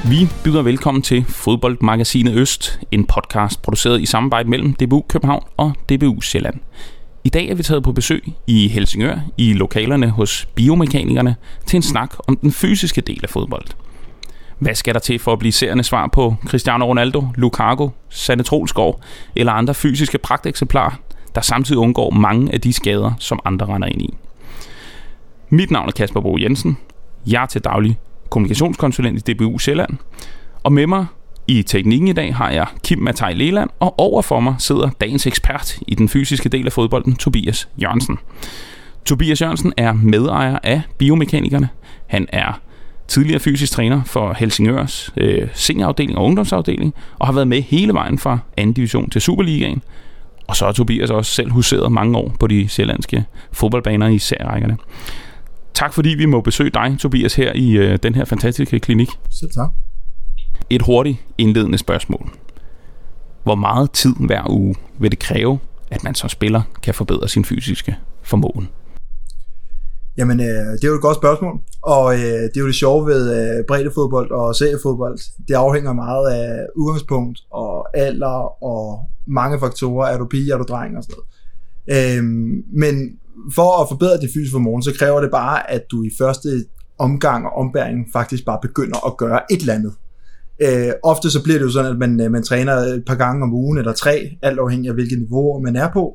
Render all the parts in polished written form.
Vi byder velkommen til Fodboldmagasinet Øst, en podcast produceret i samarbejde mellem DBU København og DBU Sjælland. I dag er vi taget på besøg i Helsingør i lokalerne hos biomekanikerne til en snak om den fysiske del af fodbold. Hvad skal der til for at blive seerne svar på Cristiano Ronaldo, Lukaku, Sanne Troelsgaard eller andre fysiske pragteksemplarer, der samtidig undgår mange af de skader, som andre render ind i? Mit navn er Kasper Bo Jensen. Jeg er til daglig kommunikationskonsulent i DBU Sjælland. Og med mig i teknikken i dag har jeg Kim Mathaj Leland, og overfor mig sidder dagens ekspert i den fysiske del af fodbolden, Tobias Jørgensen. Tobias Jørgensen er medejer af biomekanikerne. Han er tidligere fysisk træner for Helsingørs seniorafdeling og ungdomsafdeling, og har været med hele vejen fra 2. division til Superligaen. Og så har Tobias også selv huseret mange år på de sjællandske fodboldbaner i serierækkerne. Tak fordi vi må besøge dig, Tobias, her i den her fantastiske klinik. Selv tak. Et hurtigt indledende spørgsmål. Hvor meget tid hver uge vil det kræve, at man som spiller kan forbedre sin fysiske formåen? Jamen, det er jo et godt spørgsmål, og det er jo det sjove ved breddefodbold og seriefodbold. Det afhænger meget af udgangspunkt og alder og mange faktorer. Er du pige, er du dreng og sådan noget. Men for at forbedre din fysiske formåen, så kræver det bare, at du i første omgang og ombæring faktisk bare begynder at gøre et eller andet. Ofte så bliver det jo sådan, at man træner et par gange om ugen eller 3, alt afhængig af hvilket niveau man er på.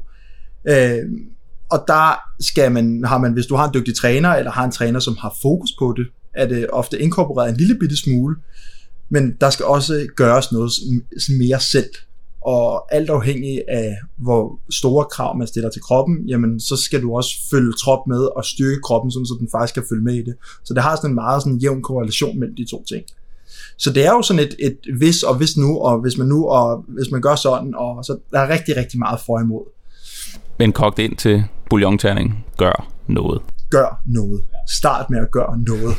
Og der har man, hvis du har en dygtig træner, eller har en træner, som har fokus på det, er det ofte inkorporeret en lille bitte smule, men der skal også gøres noget mere selv. Og alt afhængig af, hvor store krav man stiller til kroppen, jamen så skal du også følge trop med og styrke kroppen, sådan, så den faktisk kan følge med i det. Så det har sådan en meget sådan jævn korrelation mellem de to ting. Så det er jo sådan et hvis og hvis nu, og hvis man nu, og hvis man gør sådan, og så der er rigtig, rigtig meget for imod. Men kogt ind til bouillonterning. Gør noget. Gør noget. Start med at gøre noget.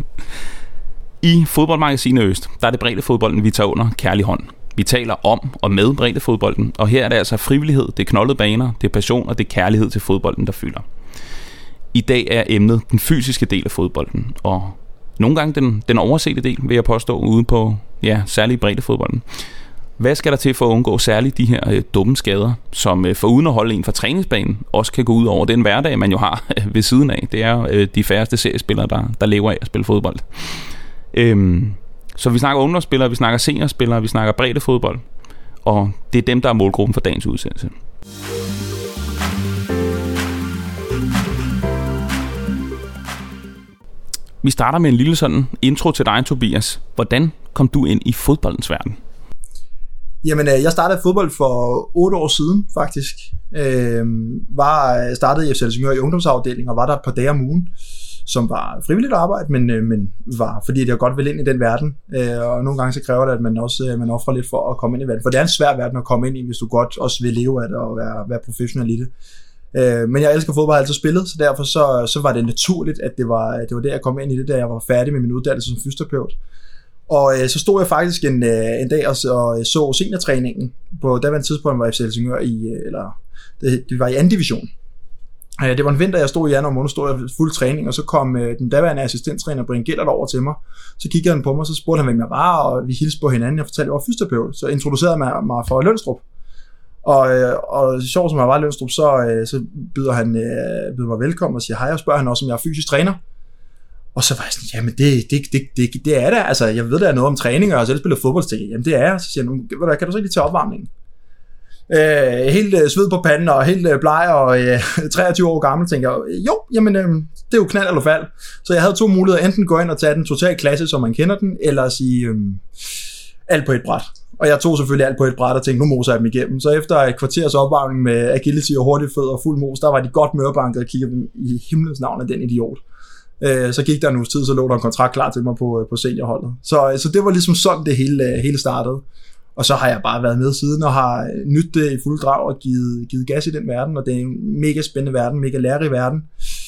I Fodboldmagasinet Øst, der er det breddefodbolden, vi tager under kærlig hånd. Vi taler om og med breddefodbolden, og her er det altså frivillighed, det er knoldede baner, det er passion og det er kærlighed til fodbolden, der fylder. I dag er emnet den fysiske del af fodbolden, og nogle gange den oversete del, vil jeg påstå, ude på særligt breddefodbolden. Hvad skal der til for at undgå særligt de her dumme skader, som foruden at holde en fra træningsbanen, også kan gå ud over den hverdag, man jo har ved siden af? Det er de færreste seriespillere, der lever af at spille fodbold. Så vi snakker ungdomsspillere, vi snakker seniorspillere, vi snakker breddefodbold, og det er dem, der er målgruppen for dagens udsendelse. Vi starter med en lille sådan intro til dig, Tobias. Hvordan kom du ind i fodboldens verden? Jamen, jeg startede fodbold for 8 år siden, faktisk. Startede i FC Helsingør i ungdomsafdelingen og var der et par dage om ugen, som var frivilligt arbejde, men var, fordi jeg godt ville ind i den verden. Og nogle gange så kræver det, at man også man offrer lidt for at komme ind i verden. For det er en svær verden at komme ind i, hvis du godt også vil leve af det og være professionel i det. Men jeg elsker fodbold, har altid spillet, så derfor så var det naturligt, at det var der, jeg kom ind i det, da jeg var færdig med min uddannelse som fysioterapeut. Og så stod jeg faktisk en dag og så seniortræningen. På daværende tidspunkt var FC Helsingør det var i 2. division. Det var en vinter, jeg stod i januar måned, stod jeg fuld træning, og så kom den daværende assistenttræner Brian Gellert over til mig. Så kiggede han på mig, så spurgte han, hvem jeg var, og vi hilste på hinanden. Jeg fortalte, at jeg var fysioterapeut, så introducerede mig for Lønstrup. Og sjovt som jeg var i Lønstrup, så byder han mig velkommen og siger hej, og spørger han også, om jeg er fysisk træner. Og så var jeg sådan, jamen det er det. Altså, jeg ved, der er noget om træning, og jeg har selv spillet fodbold, så jamen det er jeg. Så siger han, kan du så ikke lige tage opvarmningen? Helt sved på panden og helt bleg og 23 år gammel, tænker jeg, jo, jamen det er jo knald eller fald. Så jeg havde 2 muligheder, enten gå ind og tage den totale klasse, som man kender den, eller sige alt på et bræt. Og jeg tog selvfølgelig alt på et bræt og tænkte, nu moser jeg dem igennem. Så efter et kvarters opvarmning med agility og hurtige fødder og fuld mos, der var de godt mørbanket og kiggede dem i himlens navn af den idiot. Så gik der en uges tid, så lå der en kontrakt klar til mig på seniorholdet. Så det var ligesom sådan, det hele startede. Og så har jeg bare været med siden og har nydt det i fuld drag og givet gas i den verden. Og det er en mega spændende verden, mega lærerig verden.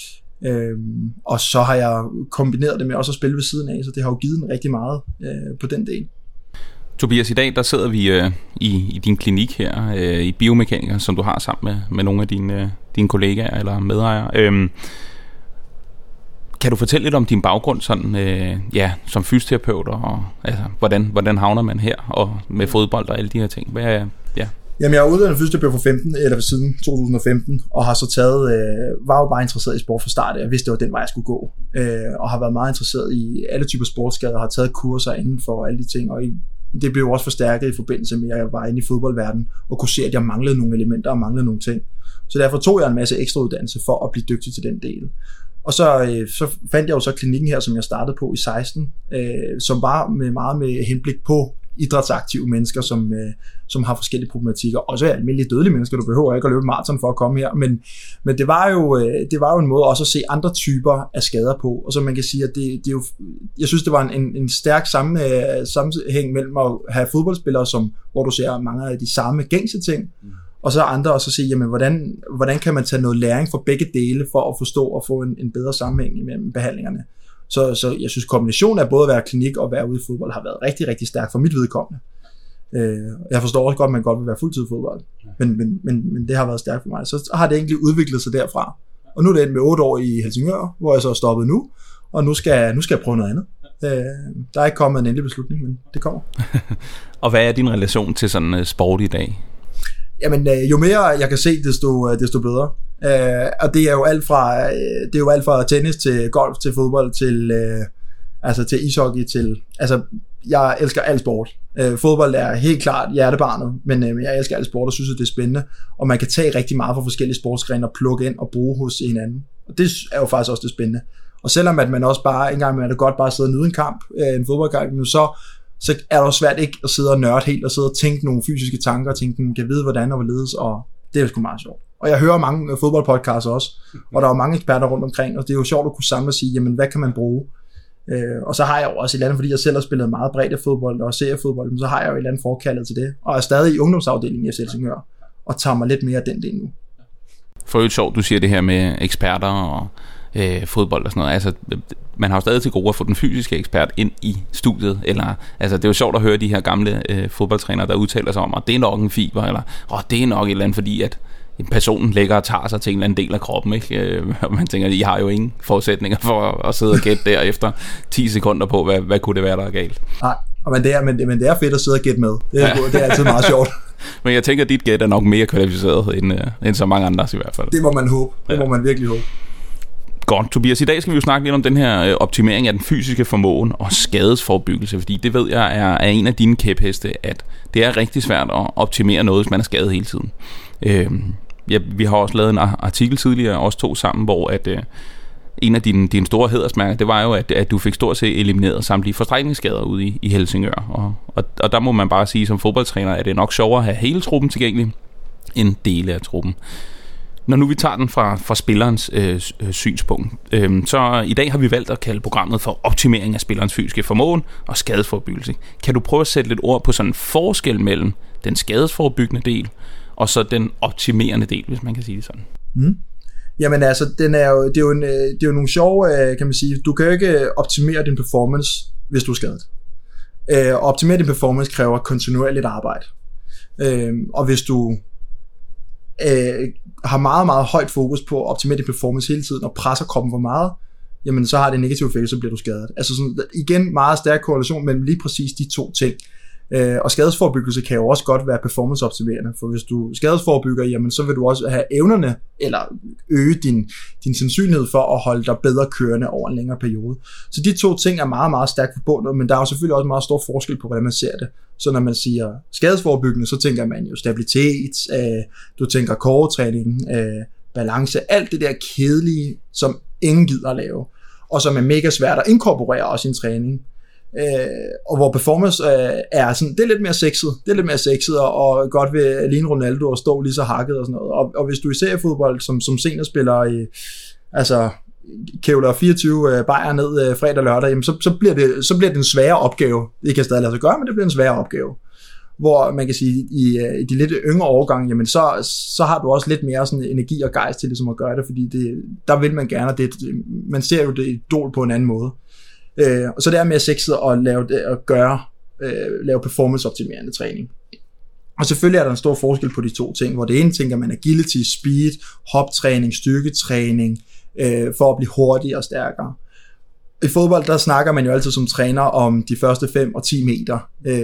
Og så har jeg kombineret det med også at spille ved siden af, så det har jo givet mig rigtig meget på den del. Tobias, i dag der sidder vi i din klinik her, i biomekaniker, som du har sammen med nogle af dine kollegaer eller medejere. Kan du fortælle lidt om din baggrund sådan, som fysioterapeut, og altså, hvordan havner man her, og med fodbold og alle de her ting? Jamen, jeg er uddannet fysioterapeut siden 2015, og har så var jo bare interesseret i sport fra start. Jeg vidste, det var den vej, jeg skulle gå, og har været meget interesseret i alle typer sportsskader, har taget kurser inden for alle de ting, og det blev også forstærket i forbindelse med, at jeg var inde i fodboldverdenen, og kunne se, at jeg manglede nogle elementer og manglede nogle ting. Så derfor tog jeg en masse ekstra uddannelse for at blive dygtig til den del. Og så fandt jeg jo så klinikken her, som jeg startede på i 16, som var meget med henblik på idrætsaktive mennesker, som har forskellige problematikker. Også almindelige dødelige mennesker, du behøver ikke at løbe maraton for at komme her, men det var jo en måde også at se andre typer af skader på, og så man kan sige, at det er jo, jeg synes, det var en stærk sammenhæng mellem at have fodboldspillere, hvor du ser mange af de samme gængse ting, og så andre, og så sige, jamen, hvordan kan man tage noget læring fra begge dele, for at forstå og få en bedre sammenhæng mellem behandlingerne. Så jeg synes, kombinationen af både at være klinik og være ude i fodbold har været rigtig, rigtig stærk for mit vedkommende. Jeg forstår også godt, at man godt vil være fuldtid fodbold, men det har været stærkt for mig. Så har det egentlig udviklet sig derfra. Og nu er det med 8 år i Helsingør, hvor jeg så er stoppet nu, og nu skal jeg prøve noget andet. Der er ikke kommet en endelig beslutning, men det kommer. Og hvad er din relation til sådan sport i dag? Jamen, jo mere jeg kan se, desto bedre. Og det er jo alt fra tennis til golf til fodbold til ishockey til, jeg elsker al sport. Fodbold er helt klart hjertebarnet, men jeg elsker al sport og synes, at det er spændende, og man kan tage rigtig meget fra forskellige sportsgrene og plukke ind og bruge hos hinanden. Og det er jo faktisk også det spændende. Og selvom at man også bare engang man er godt bare sidde og nyde en kamp, en fodboldkamp, så er det også svært ikke at sidde og nørde helt og sidde og tænke nogle fysiske tanker og tænke, man kan vide hvordan og hvorledes, og det er sgu meget sjovt. Og jeg hører mange fodboldpodcasts også, og der er mange eksperter rundt omkring, og det er jo sjovt at kunne samle og sige, jamen hvad kan man bruge? Og så har jeg jo også et eller andet, fordi jeg selv har spillet meget bredt fodbold og seriefodbold, så har jeg jo et eller andet forkaldet til det, og er stadig i ungdomsafdelingen i Helsingør, og tager mig lidt mere af den del nu. For øvrigt sjovt, du siger det her med eksperter og fodbold og sådan noget. Altså, man har jo stadig til gode at få den fysiske ekspert ind i studiet, eller, altså, det er jo sjovt at høre de her gamle fodboldtrænere, der udtaler sig om, at det er nok en fiber, eller det er nok et eller andet, fordi at personen ligger og tager sig til en eller anden del af kroppen, ikke? Og man tænker, I har jo ingen forudsætninger for at sidde og gætte der efter 10 sekunder på, hvad kunne det være, der er galt. Nej, men det er fedt at sidde og gætte med. Det er altid meget sjovt. Men jeg tænker, at dit gæt er nok mere kvalificeret end så mange andres i hvert fald. Det må man håbe. Det må man virkelig håbe. Godt, Tobias, i dag skal vi jo snakke lidt om den her optimering af den fysiske formåen og skadesforebyggelse, fordi det ved jeg er en af dine kæpheste, at det er rigtig svært at optimere noget, hvis man er skadet hele tiden. Vi har også lavet en artikel tidligere, os to sammen, hvor at en af dine store hædersmærker, det var jo, at du fik stort set elimineret samtlige forstrækningsskader ude i Helsingør. Og der må man bare sige, som fodboldtræner, at det er nok sjovere at have hele truppen tilgængelig, end dele af truppen. Når nu vi tager den fra spillerens synspunkt, så i dag har vi valgt at kalde programmet for optimering af spillerens fysiske formåen og skadesforebyggelse. Kan du prøve at sætte lidt ord på sådan en forskel mellem den skadesforebyggende del og så den optimerende del, hvis man kan sige det sådan? Jamen altså, det er jo nogle sjove, kan man sige. Du kan jo ikke optimere din performance, hvis du er skadet. At optimere din performance kræver kontinuerligt arbejde. Og hvis du har meget, meget højt fokus på at optimere din performance hele tiden og presser kroppen for meget, jamen så har det en negativ effekt, så bliver du skadet. Altså sådan, igen meget stærk korrelation mellem lige præcis de to ting. Og skadesforebyggelse kan jo også godt være performanceoptimerende, for hvis du skadesforebygger, jamen så vil du også have evnerne, eller øge din sandsynlighed for at holde dig bedre kørende over en længere periode. Så de to ting er meget, meget stærkt forbundet, men der er jo selvfølgelig også meget stor forskel på, hvordan man ser det. Så når man siger skadesforebyggende, så tænker man jo stabilitet, du tænker core-træning, balance, alt det der kedelige, som ingen gider at lave, og som er mega svært at inkorporere også i en træning. Og hvor performance er sådan, det er lidt mere sexet, og godt ved ligne Ronaldo og stå lige så hakket og sådan noget. Og hvis du i seriefodbold som seniorspiller i, altså kævler 24 bajer ned fredag og lørdag, jamen så bliver det en sværere opgave. Det kan stadig lade sig gøre, men det bliver en sværere opgave. Hvor man kan sige, i de lidt yngre årgange, jamen så har du også lidt mere sådan energi og gejst til ligesom at gøre det, fordi der vil man gerne, man ser jo det idol på en anden måde. Og så det er mere sexet at lave performance-optimerende træning. Og selvfølgelig er der en stor forskel på de to ting, hvor det ene tænker man agility, speed, hoptræning, styrketræning, for at blive hurtigere og stærkere. I fodbold, der snakker man jo altid som træner om de første 5 og 10 meter.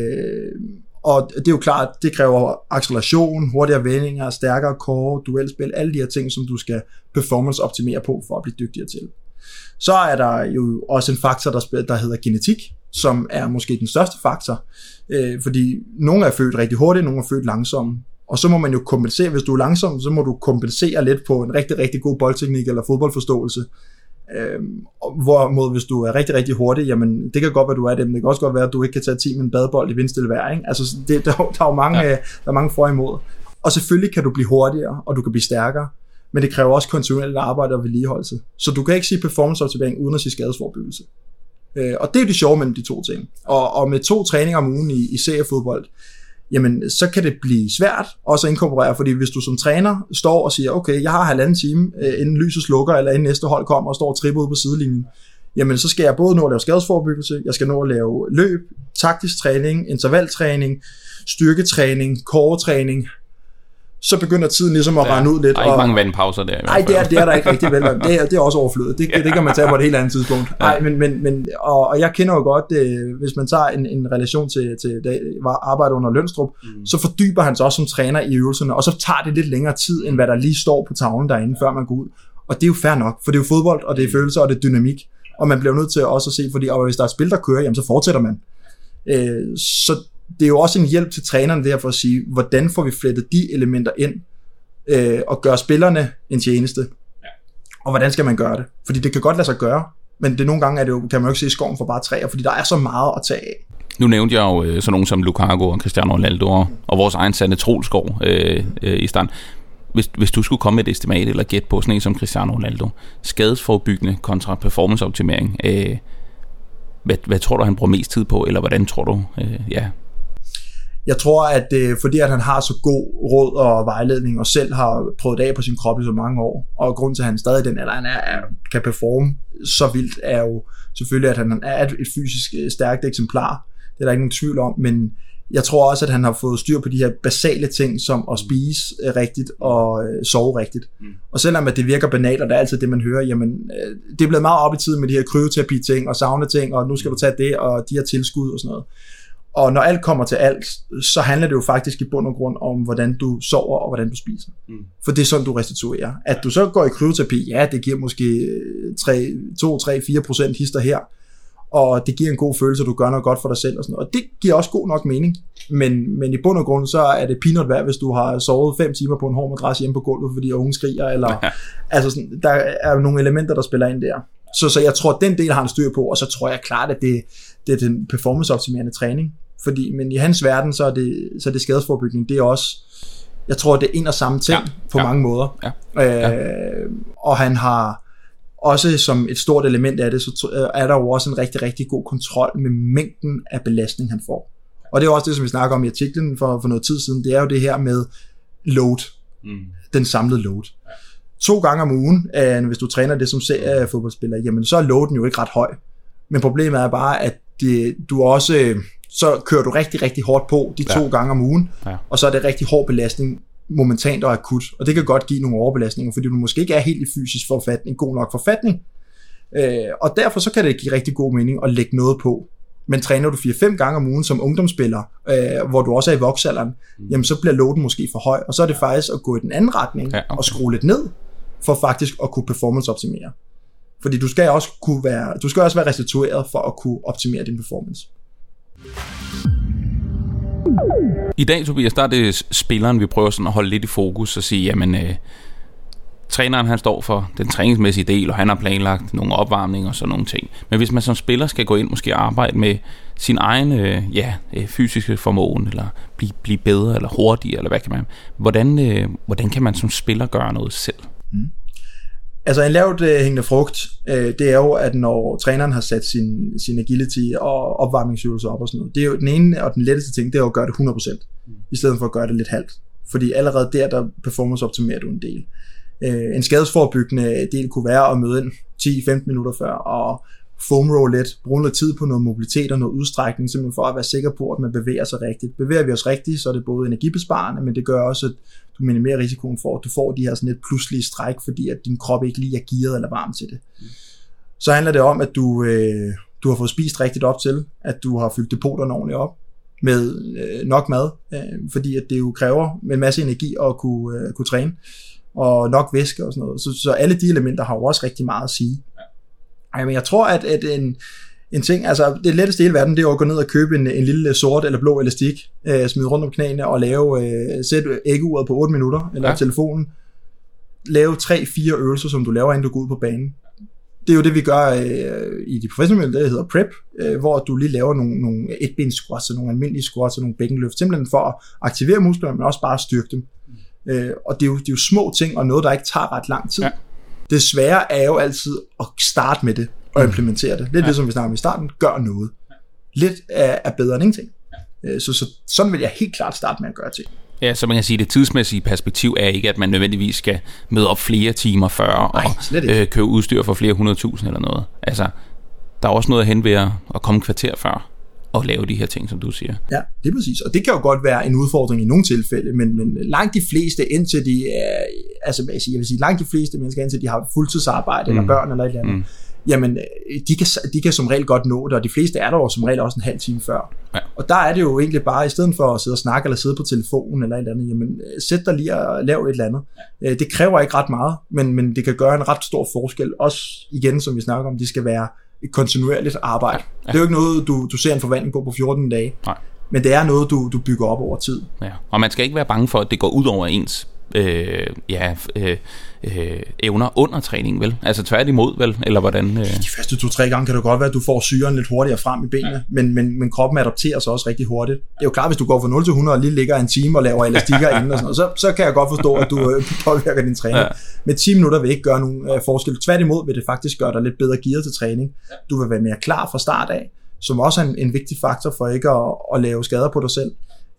Og det er jo klart, det kræver acceleration, hurtigere vendinger, stærkere core, duelspil, alle de her ting, som du skal performance-optimere på for at blive dygtigere til. Så er der jo også en faktor, der hedder genetik, som er måske den største faktor, fordi nogle er født rigtig hurtigt, nogle er født langsomme. Og så må man jo kompensere, hvis du er langsom, så må du kompensere lidt på en rigtig, rigtig god boldteknik eller fodboldforståelse. Hvorimod hvis du er rigtig, rigtig hurtig, jamen det kan godt være, du er det, men det kan også godt være, at du ikke kan tage 10 med en badebold i vindstille vejr, ikke? Altså der er jo mange, der er mange for imod. Og selvfølgelig kan du blive hurtigere, og du kan blive stærkere, men det kræver også kontinuerligt arbejde og vedligeholdelse. Så du kan ikke sige performanceoptimering uden at sige skadesforebyggelse. Og det er jo det sjove mellem de to ting. Og med 2 træninger om ugen i seriefodbold, jamen så kan det blive svært også at inkorporere, fordi hvis du som træner står og siger, okay, jeg har 1,5 time, inden lyset slukker, eller inden næste hold kommer og står og tripper ude på sidelinjen, jamen så skal jeg både nå at lave skadesforebyggelse, jeg skal nå at lave løb, taktisk træning, intervaltræning, styrketræning, core-træning, så begynder tiden ligesom at rende ud lidt. Der er ikke mange vandpauser der. Nej, det er der ikke rigtig vel. Det er også overflødet. Det kan man tage på et helt andet tidspunkt. Nej, og jeg kender jo godt, hvis man tager en relation til arbejde under Lønstrup, så fordyber han sig også som træner i øvelserne, og så tager det lidt længere tid, end hvad der lige står på tavlen derinde, før man går ud. Og det er jo fair nok, for det er jo fodbold, og det er følelser, og det er dynamik. Og man bliver nødt til også at se, fordi hvis der er et spil, der kører, jamen så fortsætter man. Så det er jo også en hjælp til træneren der for at sige, hvordan får vi flettet de elementer ind og gøre spillerne en tjeneste. Og hvordan skal man gøre det? Fordi det kan godt lade sig gøre, men det nogle gange er det jo, kan man jo ikke se skoven for bare træer, fordi der er så meget at tage af. Nu nævnte jeg jo sådan nogen som Lukaku og Cristiano Ronaldo og vores egen Sande Troelskov i stand. Hvis du skulle komme med et estimat eller gæt på sådan en som Cristiano Ronaldo, skadesforebyggende kontra performanceoptimering, hvad tror du, han bruger mest tid på, eller hvordan tror du, Jeg tror, at fordi at han har så god råd og vejledning, og selv har prøvet af på sin krop i så mange år, og grund til, at han stadig den alder, han kan performe så vildt, er jo selvfølgelig, at han er et fysisk stærkt eksemplar. Det er der ikke nogen tvivl om, men jeg tror også, at han har fået styr på de her basale ting, som at spise rigtigt og sove rigtigt. Og selvom at det virker banalt, og det er altid det, man hører, jamen det er blevet meget op i tiden med de her kryoterapi-ting og sauna-ting, og nu skal du tage det, og de her tilskud og sådan noget. Og når alt kommer til alt, så handler det jo faktisk i bund og grund om, hvordan du sover og hvordan du spiser. For det er sådan, du restituerer. At du så går i kryoterapi, ja, det giver måske 2-3-4% hister her, og det giver en god følelse, at du gør noget godt for dig selv og sådan noget. Og det giver også god nok mening. Men i bund og grund, så er det peanut værd, hvis du har sovet 5 timer på en hård madras hjemme på gulvet, fordi ungen skriger, eller altså sådan, der er jo nogle elementer, der spiller ind der. Så jeg tror, at den del har han styr på, og så tror jeg klart, at det er den performanceoptimerende træning. Men i hans verden, så er det skadesforebyggning. Det er også, jeg tror, det er en og samme ting på mange måder. Og han har også som et stort element af det, så er der jo også en rigtig, rigtig god kontrol med mængden af belastning, han får. Og det er også det, som vi snakker om i artiklen for noget tid siden. Det er jo det her med load. Den samlede load. 2 gange om ugen, hvis du træner det som seriefodboldspiller, jamen så er loaden jo ikke ret høj. Men problemet er bare, at du også, så kører du rigtig, rigtig hårdt på de 2 gange om ugen, og så er det rigtig hård belastning momentant og akut. Og det kan godt give nogle overbelastninger, fordi du måske ikke er helt i fysisk forfatning, god nok forfatning. Og derfor så kan det give rigtig god mening at lægge noget på. Men træner du 4-5 gange om ugen som ungdomsspiller, hvor du også er i voksalderen, jamen så bliver loaden måske for høj, og så er det faktisk at gå i den anden retning og skrue lidt ned, for faktisk at kunne performance-optimere. Fordi du skal også være restitueret for at kunne optimere din performance. I dag, Tobias, der er det spilleren, vi prøver sådan at holde lidt i fokus og sige, jamen, træneren han står for den træningsmæssige del, og han har planlagt nogle opvarmninger og sådan nogle ting. Men hvis man som spiller skal gå ind måske arbejde med sin egen fysiske formåen, eller blive bedre, eller hurtigere, eller hvad kan man, hvordan kan man som spiller gøre noget selv? Altså en lavt hængende frugt, det er jo, at når træneren har sat sin agility og opvarmningsøvelser op og sådan noget, det er jo den ene og den letteste ting, det er jo at gøre det 100%, i stedet for at gøre det lidt halvt. Fordi allerede der performance optimerer du en del. En skadesforebyggende del kunne være at møde ind 10-15 minutter før, og foam roll lidt, bruge noget tid på noget mobilitet og noget udstrækning, simpelthen for at være sikker på, at man bevæger sig rigtigt. Bevæger vi os rigtigt, så er det både energibesparende, men det gør også, at du minimerer risikoen for, at du får de her sådan lidt pludselige stræk, fordi at din krop ikke lige er gearet eller varm til det. så handler det om, at du har fået spist rigtigt op til, at du har fyldt depoterne ordentligt op med nok mad, fordi at det jo kræver med en masse energi at kunne træne, og nok væske og sådan noget. Så alle de elementer har jo også rigtig meget at sige. Men jeg tror, at en ting, altså det letteste i hele verden, det er at gå ned og købe en lille sort eller blå elastik, smide rundt om knæene og sætte æggeuret på 8 minutter, eller telefonen, lave 3-4 øvelser, som du laver, inden du går ud på banen. Det er jo det, vi gør i de professionelle, det hedder prep, hvor du lige laver nogle etbens squats, nogle almindelige squats og nogle bækkenløft, simpelthen for at aktivere musklerne, men også bare at styrke dem. Og det er jo små ting, og noget, der ikke tager ret lang tid. Ja. Det svære er jo altid at starte med det, og implementere det. Lidt ligesom vi snakker om i starten, gør noget. Lidt er bedre end ingenting. Så sådan vil jeg helt klart starte med at gøre ting. Ja, så man kan sige, at det tidsmæssige perspektiv er ikke, at man nødvendigvis skal møde op flere timer før og købe udstyr for flere 100.000 eller noget. Altså, der er også noget at hente ved at komme kvarter før og lave de her ting, som du siger. Ja, det er præcis. Og det kan jo godt være en udfordring i nogle tilfælde, men langt de fleste, indtil de er, altså jeg vil sige, langt de fleste mennesker, indtil de har fuldtidsarbejde eller børn eller et eller andet, jamen, de kan som regel godt nå det, og de fleste er der jo som regel også en halv time før. Ja. Og der er det jo egentlig bare, i stedet for at sidde og snakke eller sidde på telefonen eller et eller andet, jamen, sæt dig lige og lav et eller andet. Det kræver ikke ret meget, men det kan gøre en ret stor forskel. Også igen, som vi snakker om, det skal være et kontinuerligt arbejde. Ja. Det er jo ikke noget, du ser en forvandling på 14 dage. Nej. Men det er noget, du bygger op over tid. Ja. Og man skal ikke være bange for, at det går ud over ens evner under træningen, vel? Altså tværtimod, vel? Eller hvordan? De første 2-3 gange kan det godt være, at du får syren lidt hurtigere frem i benene, men kroppen adapterer sig også rigtig hurtigt. Det er jo klart, hvis du går fra 0 til 100 og lige ligger en time og laver elastikker inden og sådan noget, så kan jeg godt forstå, at du påvirker din træning. Ja. Men 10 minutter vil ikke gøre nogen forskel. Tværtimod vil det faktisk gøre dig lidt bedre gearet til træning. Du vil være mere klar fra start af, som også er en vigtig faktor for ikke at lave skader på dig selv.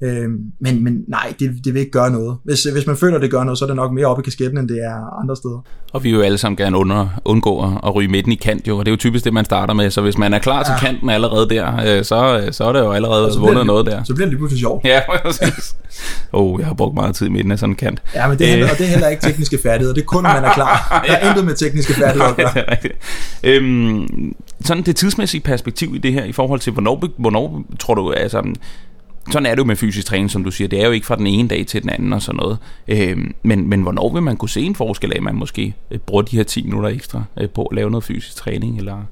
Men nej, det vil ikke gøre noget. Hvis man føler, det gør noget, så er det nok mere oppe i kasketten, end det er andre steder. Og vi vil jo alle sammen gerne undgå at ryge midten i kant, jo. Og det er jo typisk det, man starter med. Så hvis man er klar til kanten allerede der, så er det jo allerede vundet noget der. Så bliver det lige pludselig sjovt. Ja, præcis. Jeg har brugt meget tid i midten af sådan en kant. Ja, men det er heller ikke tekniske færdigheder. Det er kun, når man er klar. Der er intet med tekniske færdigheder at gøre. Det er rigtigt. Sådan det tidsmæssige perspektiv i det her, i forhold til, hvornår tror du, altså... Sådan er det jo med fysisk træning, som du siger. Det er jo ikke fra den ene dag til den anden og sådan noget. Men hvornår vil man kunne se en forskel af, at man måske bruger de her 10 minutter ekstra på at lave noget fysisk træning? Eller?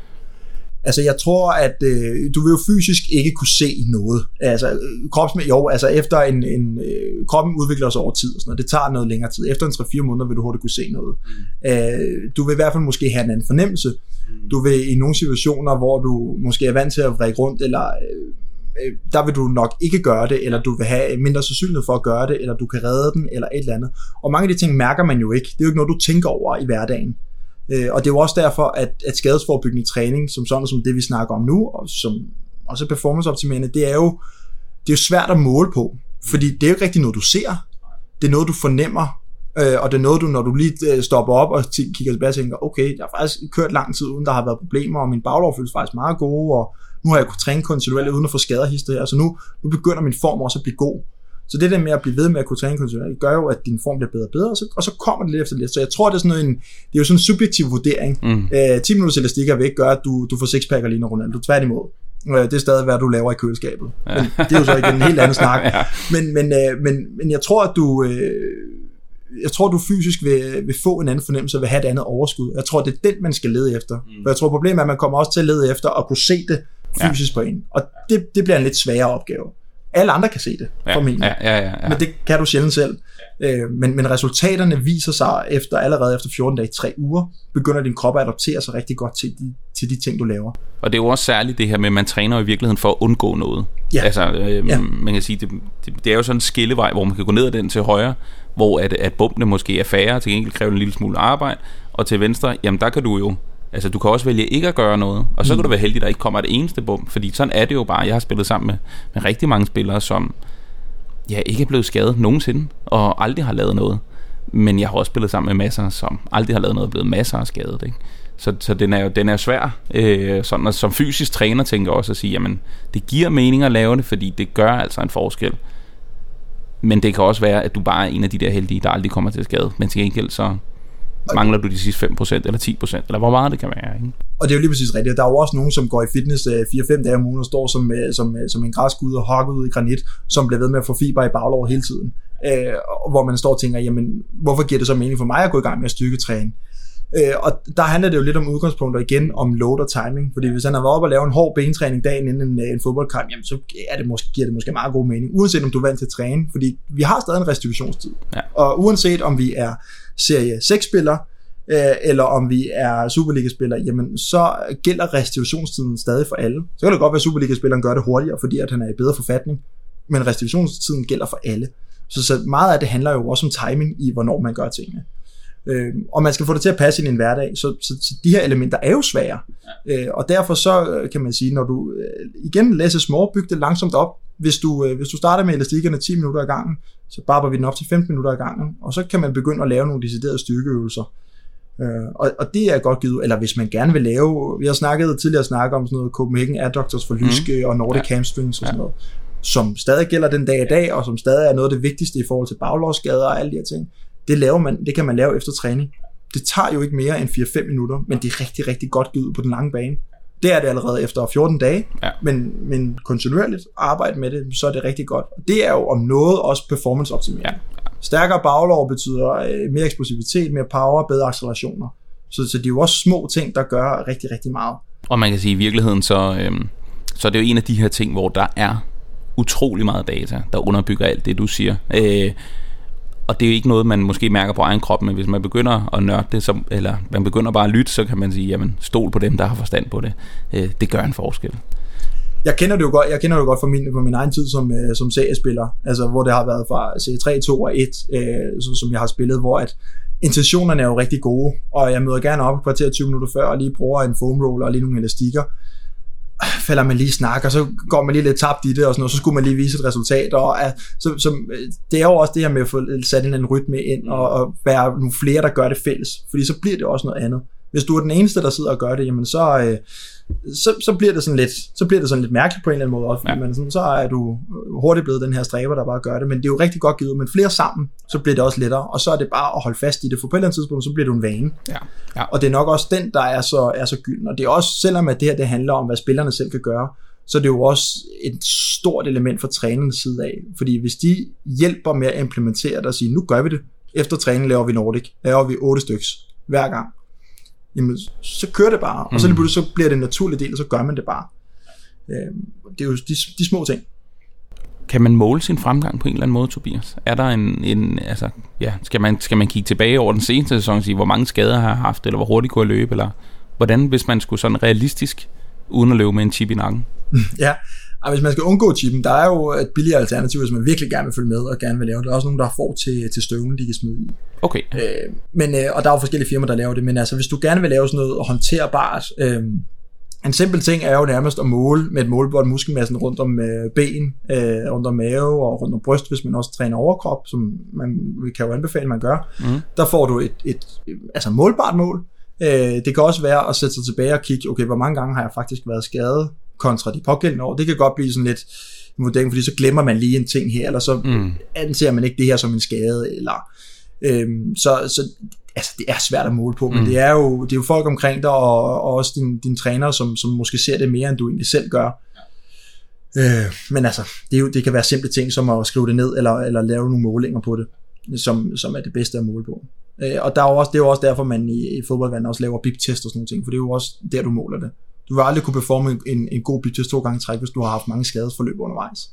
Altså jeg tror, at du vil jo fysisk ikke kunne se noget. Altså efter kroppen udvikler sig over tid og sådan noget. Det tager noget længere tid. Efter en 3-4 måneder vil du hurtigt kunne se noget. Du vil i hvert fald måske have en anden fornemmelse. Du vil i nogle situationer, hvor du måske er vant til at vrikke rundt, eller der vil du nok ikke gøre det, eller du vil have mindre sandsynlighed for at gøre det, eller du kan redde den, eller et eller andet. Og mange af de ting mærker man jo ikke. Det er jo ikke noget, du tænker over i hverdagen. Og det er jo også derfor, at skadesforebyggende træning, som det vi snakker om nu, og som også performanceoptimerende, det er jo svært at måle på, fordi det er jo ikke rigtig noget, du ser. Det er noget, du fornemmer, og det er noget, når du lige stopper op og kigger tilbage og tænker, okay, jeg har faktisk kørt lang tid, uden der har været problemer, og min baglov føles faktisk meget gode, og nu har jeg kunnet træne kontinuerligt uden at få skaderhister her, så nu begynder min form også at blive god. Så det der med at blive ved med at kunne træne kontinuerligt, gør jo, at din form bliver bedre og bedre, og så kommer det lidt efter lidt. Så jeg tror, det er sådan det er jo sådan en subjektiv vurdering. 10 minutters elastikker vil ikke gøre, at du får sixpack og ligner Ronaldo. Tværtimod. Det er stadig, hvad du laver i køleskabet. Ja. Men det er jo så igen en helt anden snak. Ja. Men jeg tror, at du fysisk vil få en anden fornemmelse og vil have et andet overskud. Jeg tror, det er den, man skal lede efter. For jeg tror, problemet er, at man kommer også til at lede efter at kunne se det fysisk på en. Og det bliver en lidt sværere opgave. Alle andre kan se det, formentlig. Ja. Men det kan du sjældent selv. Men resultaterne viser sig allerede efter 14 dage, 3 uger, begynder din krop at adaptere sig rigtig godt til de ting, du laver. Og det er jo også særligt det her med, at man træner i virkeligheden for at undgå noget. Ja. Altså, man kan sige, det er jo sådan en skillevej, hvor man kan gå ned ad den til højre, hvor at bumpene måske er færre, til gengæld kræver en lille smule arbejde, og til venstre, jamen der kan du jo, altså du kan også vælge ikke at gøre noget, og så kan du være heldig, at der ikke kommer et eneste bump, fordi sådan er det jo bare. Jeg har spillet sammen med rigtig mange spillere, som ikke er blevet skadet nogensinde, og aldrig har lavet noget, men jeg har også spillet sammen med masser, som aldrig har lavet noget og blevet masser af skadet, ikke? Så den er svær, sådan, og som fysisk træner tænker jeg også at sige, jamen det giver mening at lave det, fordi det gør altså en forskel. Men det kan også være, at du bare er en af de der heldige, der aldrig kommer til skade. Men til gengæld mangler du de sidste 5% eller 10%, eller hvor meget det kan være, ikke? Og det er jo lige præcis rigtigt. Der er jo også nogen, som går i fitness 4-5 dage om ugen og står som en græskud og hokket ud i granit, som bliver ved med at få fiber i baglåret hele tiden. Hvor man står og tænker, jamen, hvorfor giver det så mening for mig at gå i gang med at styrketræne? Og der handler det jo lidt om udgangspunkter igen, om load og timing. Fordi hvis han har været oppe og lave en hård bentræning dagen inden en fodboldkamp, jamen, så giver det måske meget god mening. Uanset om du er vant til at træne, fordi vi har stadig en restitutionstid. Ja. Og uanset om vi er serie 6-spillere, eller om vi er Superliga-spillere, jamen så gælder restitutionstiden stadig for alle. Så kan det godt være, at Superliga-spilleren gør det hurtigere, fordi at han er i bedre forfatning, men restitutionstiden gælder for alle. Så meget af det handler jo også om timing i, hvornår man gør tingene. Og man skal få det til at passe i din hverdag, så de her elementer er jo svære. Og derfor så kan man sige, når du igen læser små, byg det langsomt op. Hvis du starter med elastikkerne 10 minutter ad gangen, så barber vi den op til 15 minutter ad gangen, og så kan man begynde at lave nogle deciderede styrkeøvelser. Og det er godt givet, eller hvis man gerne vil lave, vi har tidligere snakket om sådan noget Copenhagen Adductors for lyske og Nordic Hamstrings og sådan noget, som stadig gælder den dag i dag, og som stadig er noget af det vigtigste i forhold til baglårsskader og alle de her ting. Det kan man lave efter træning. Det tager jo ikke mere end 4-5 minutter, men det er rigtig, rigtig godt givet på den lange bane. Det er det allerede efter 14 dage, men kontinuerligt arbejde med det, så er det rigtig godt. Og det er jo om noget også performance-optimering. Ja. Stærkere baglår betyder mere eksplosivitet, mere power, bedre accelerationer. Så det er jo også små ting, der gør rigtig, rigtig meget. Og man kan sige, at i virkeligheden, så er det jo en af de her ting, hvor der er utrolig meget data, der underbygger alt det, du siger. Og det er jo ikke noget, man måske mærker på egen krop, men hvis man begynder at nørde det, eller man begynder bare at lytte, så kan man sige, jamen stol på dem, der har forstand på det. Det gør en forskel. Jeg kender det jo godt fra min egen tid som seriespiller, altså hvor det har været fra C3, 2 og 1, som jeg har spillet, hvor at intentionerne er jo rigtig gode, og jeg møder gerne op et kvarter 20 minutter før, og lige bruger en foam roller og lige nogle elastikker. Falder man lige i snak, og så går man lige lidt tabt i det, og sådan noget, så skulle man lige vise et resultat, og det er jo også det her med at få sat en rytme ind, og være nogle flere, der gør det fælles, fordi så bliver det også noget andet. Hvis du er den eneste, der sidder og gør det, jamen så bliver det sådan lidt mærkeligt på en eller anden måde også, fordi man sådan, så er du hurtigt blevet den her stræber, der bare gør det, men det er jo rigtig godt givet, men flere sammen, så bliver det også lettere, og så er det bare at holde fast i det, for på et eller andet tidspunkt, så bliver du en vane. Ja. Og det er nok også den, der er så gylden, og det er også, selvom at det handler om, hvad spillerne selv kan gøre, så det er jo også et stort element fra trænerens side af, fordi hvis de hjælper med at implementere det og sige, nu gør vi det, efter træning laver vi Nordic, laver vi 8 styks hver gang, jamen, så kører det bare, og så bliver det en naturlig del, og så gør man det bare. Det er jo de små ting. Kan man måle sin fremgang på en eller anden måde, Tobias? Er der skal man kigge tilbage over den seneste sæson og sige, hvor mange skader har jeg haft, eller hvor hurtigt kunne jeg løbe, eller hvordan, hvis man skulle sådan realistisk, uden at løbe med en chip i nakken? Ja, og hvis man skal undgå chippen, der er jo et billigere alternativ, hvis man virkelig gerne vil følge med og gerne vil lave det. Der er også nogen, der får til støvlen, de kan smide i. Okay. Og der er jo forskellige firmaer, der laver det, men altså hvis du gerne vil lave sådan noget håndterbart, en simpel ting er jo nærmest at måle med et målebånd muskelmassen rundt om ben, rundt om mave og rundt om bryst, hvis man også træner overkrop, som vi kan jo anbefale, man gør. Der får du et målbart mål. Det kan også være at sætte sig tilbage og kigge, okay, hvor mange gange har jeg faktisk været skadet kontra de pågældende år. Det kan godt blive sådan lidt en vurdering, fordi så glemmer man lige en ting her, eller så anser man ikke det her som en skade, eller så det er svært at måle på, men det er jo folk omkring dig, og også din træner, som måske ser det mere, end du egentlig selv gør. Men altså, det kan være simple ting, som at skrive det ned, eller lave nogle målinger på det, som er det bedste at måle på. Og det er jo også derfor, man i fodboldverdenen også laver bip-test og sådan nogle ting, for det er jo også der, du måler det. Du vil aldrig kunne performe en god bip-test 2 gange i træk, hvis du har haft mange skadesforløb undervejs.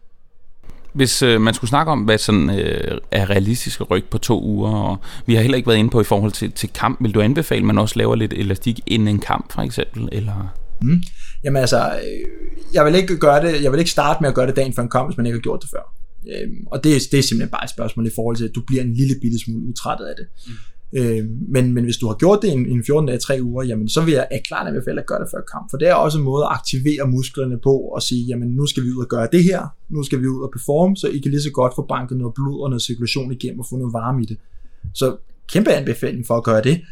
Hvis man skulle snakke om, hvad sådan er realistisk at rykke på 2 uger, og vi har heller ikke været inde på i forhold til kamp, vil du anbefale, at man også laver lidt elastik inden en kamp, for eksempel? Eller? Jamen altså, jeg vil ikke starte med at gøre det dagen før en kamp, hvis man ikke har gjort det før. Og det er simpelthen bare et spørgsmål i forhold til, at du bliver en lille bitte smule utrættet af det. Men hvis du har gjort det i en 14 dage, 3 uger, jamen så vil jeg klart anbefale at gøre det før kamp, for det er også en måde at aktivere musklerne på og sige, jamen nu skal vi ud og gøre det her, nu skal vi ud og performe, så I kan lige så godt få banket noget blod og noget cirkulation igennem og få noget varme i det. Så kæmpe anbefaling for at gøre det.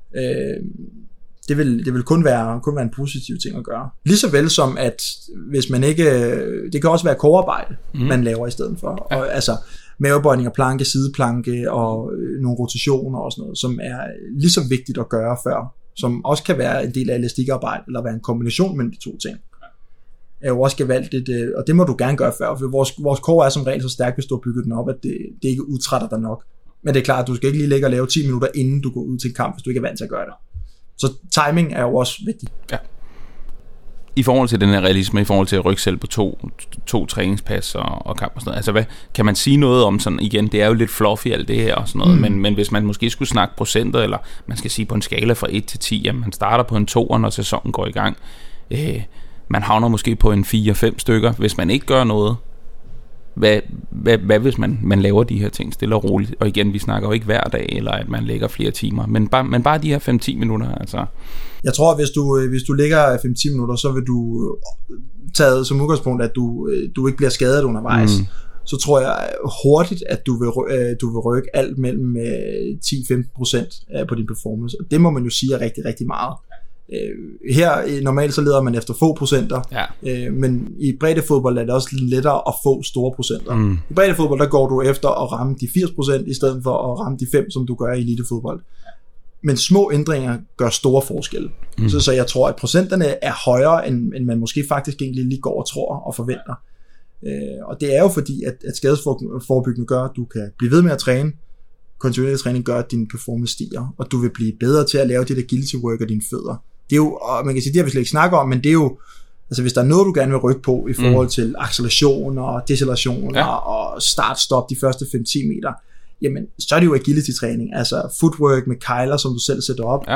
Det vil kun være en positiv ting at gøre. Lige så vel som at hvis man ikke, det kan også være core-arbejde, man laver i stedet for. Og altså mavebøjninger, planke, sideplanke og nogle rotationer og sådan noget, som er lige så vigtigt at gøre før, som også kan være en del af elastikarbejde, eller være en kombination mellem de to ting. Er jo også gevalgt det, og det må du gerne gøre før, for vores core er som regel så stærkt, hvis du har bygget den op, at det ikke udtrætter dig nok. Men det er klart, at du skal ikke lige ligge og lave 10 minutter, inden du går ud til en kamp, hvis du ikke er vant til at gøre det. Så timing er jo også vigtigt. Ja. I forhold til den her realisme, i forhold til at rykke selv på to træningspas og kamp og sådan noget, altså hvad, kan man sige noget om sådan, igen, det er jo lidt fluffy alt det her og sådan noget, men hvis man måske skulle snakke procenter, eller man skal sige på en skala fra 1 til 10, jamen man starter på en 2'er, når sæsonen går i gang, man havner måske på en 4-5 stykker, hvis man ikke gør noget. Hvad hvis man laver de her ting stille og roligt? Og igen, vi snakker jo ikke hver dag, eller at man lægger flere timer, men bare de her 5-10 minutter, altså. Jeg tror, at hvis du ligger 5-10 minutter, så vil du tage som udgangspunkt, at du ikke bliver skadet undervejs. Så tror jeg hurtigt, at du vil rykke alt mellem 10-15% på din performance. Og det må man jo sige er rigtig, rigtig meget. Her normalt så leder man efter få procenter, men i breddefodbold er det også lettere at få store procenter. I breddefodbold der går du efter at ramme de 80% i stedet for at ramme de 5, som du gør i elitefodbold. Men små ændringer gør store forskelle. Så jeg tror, at procenterne er højere, end man måske faktisk egentlig lige går og tror og forventer. Og det er jo fordi, at skadesforebyggende gør, at du kan blive ved med at træne. Kontinuerlig træning gør, at din performance stiger, og du vil blive bedre til at lave det agility work af dine fødder. Det er jo, og man kan sige, det har vi slet ikke snakket om, men det er jo, altså hvis der er noget, du gerne vil rykke på i forhold til acceleration og deceleration og start-stop de første 5-10 meter, jamen, så er det jo agility-træning, altså footwork med kejler, som du selv sætter op.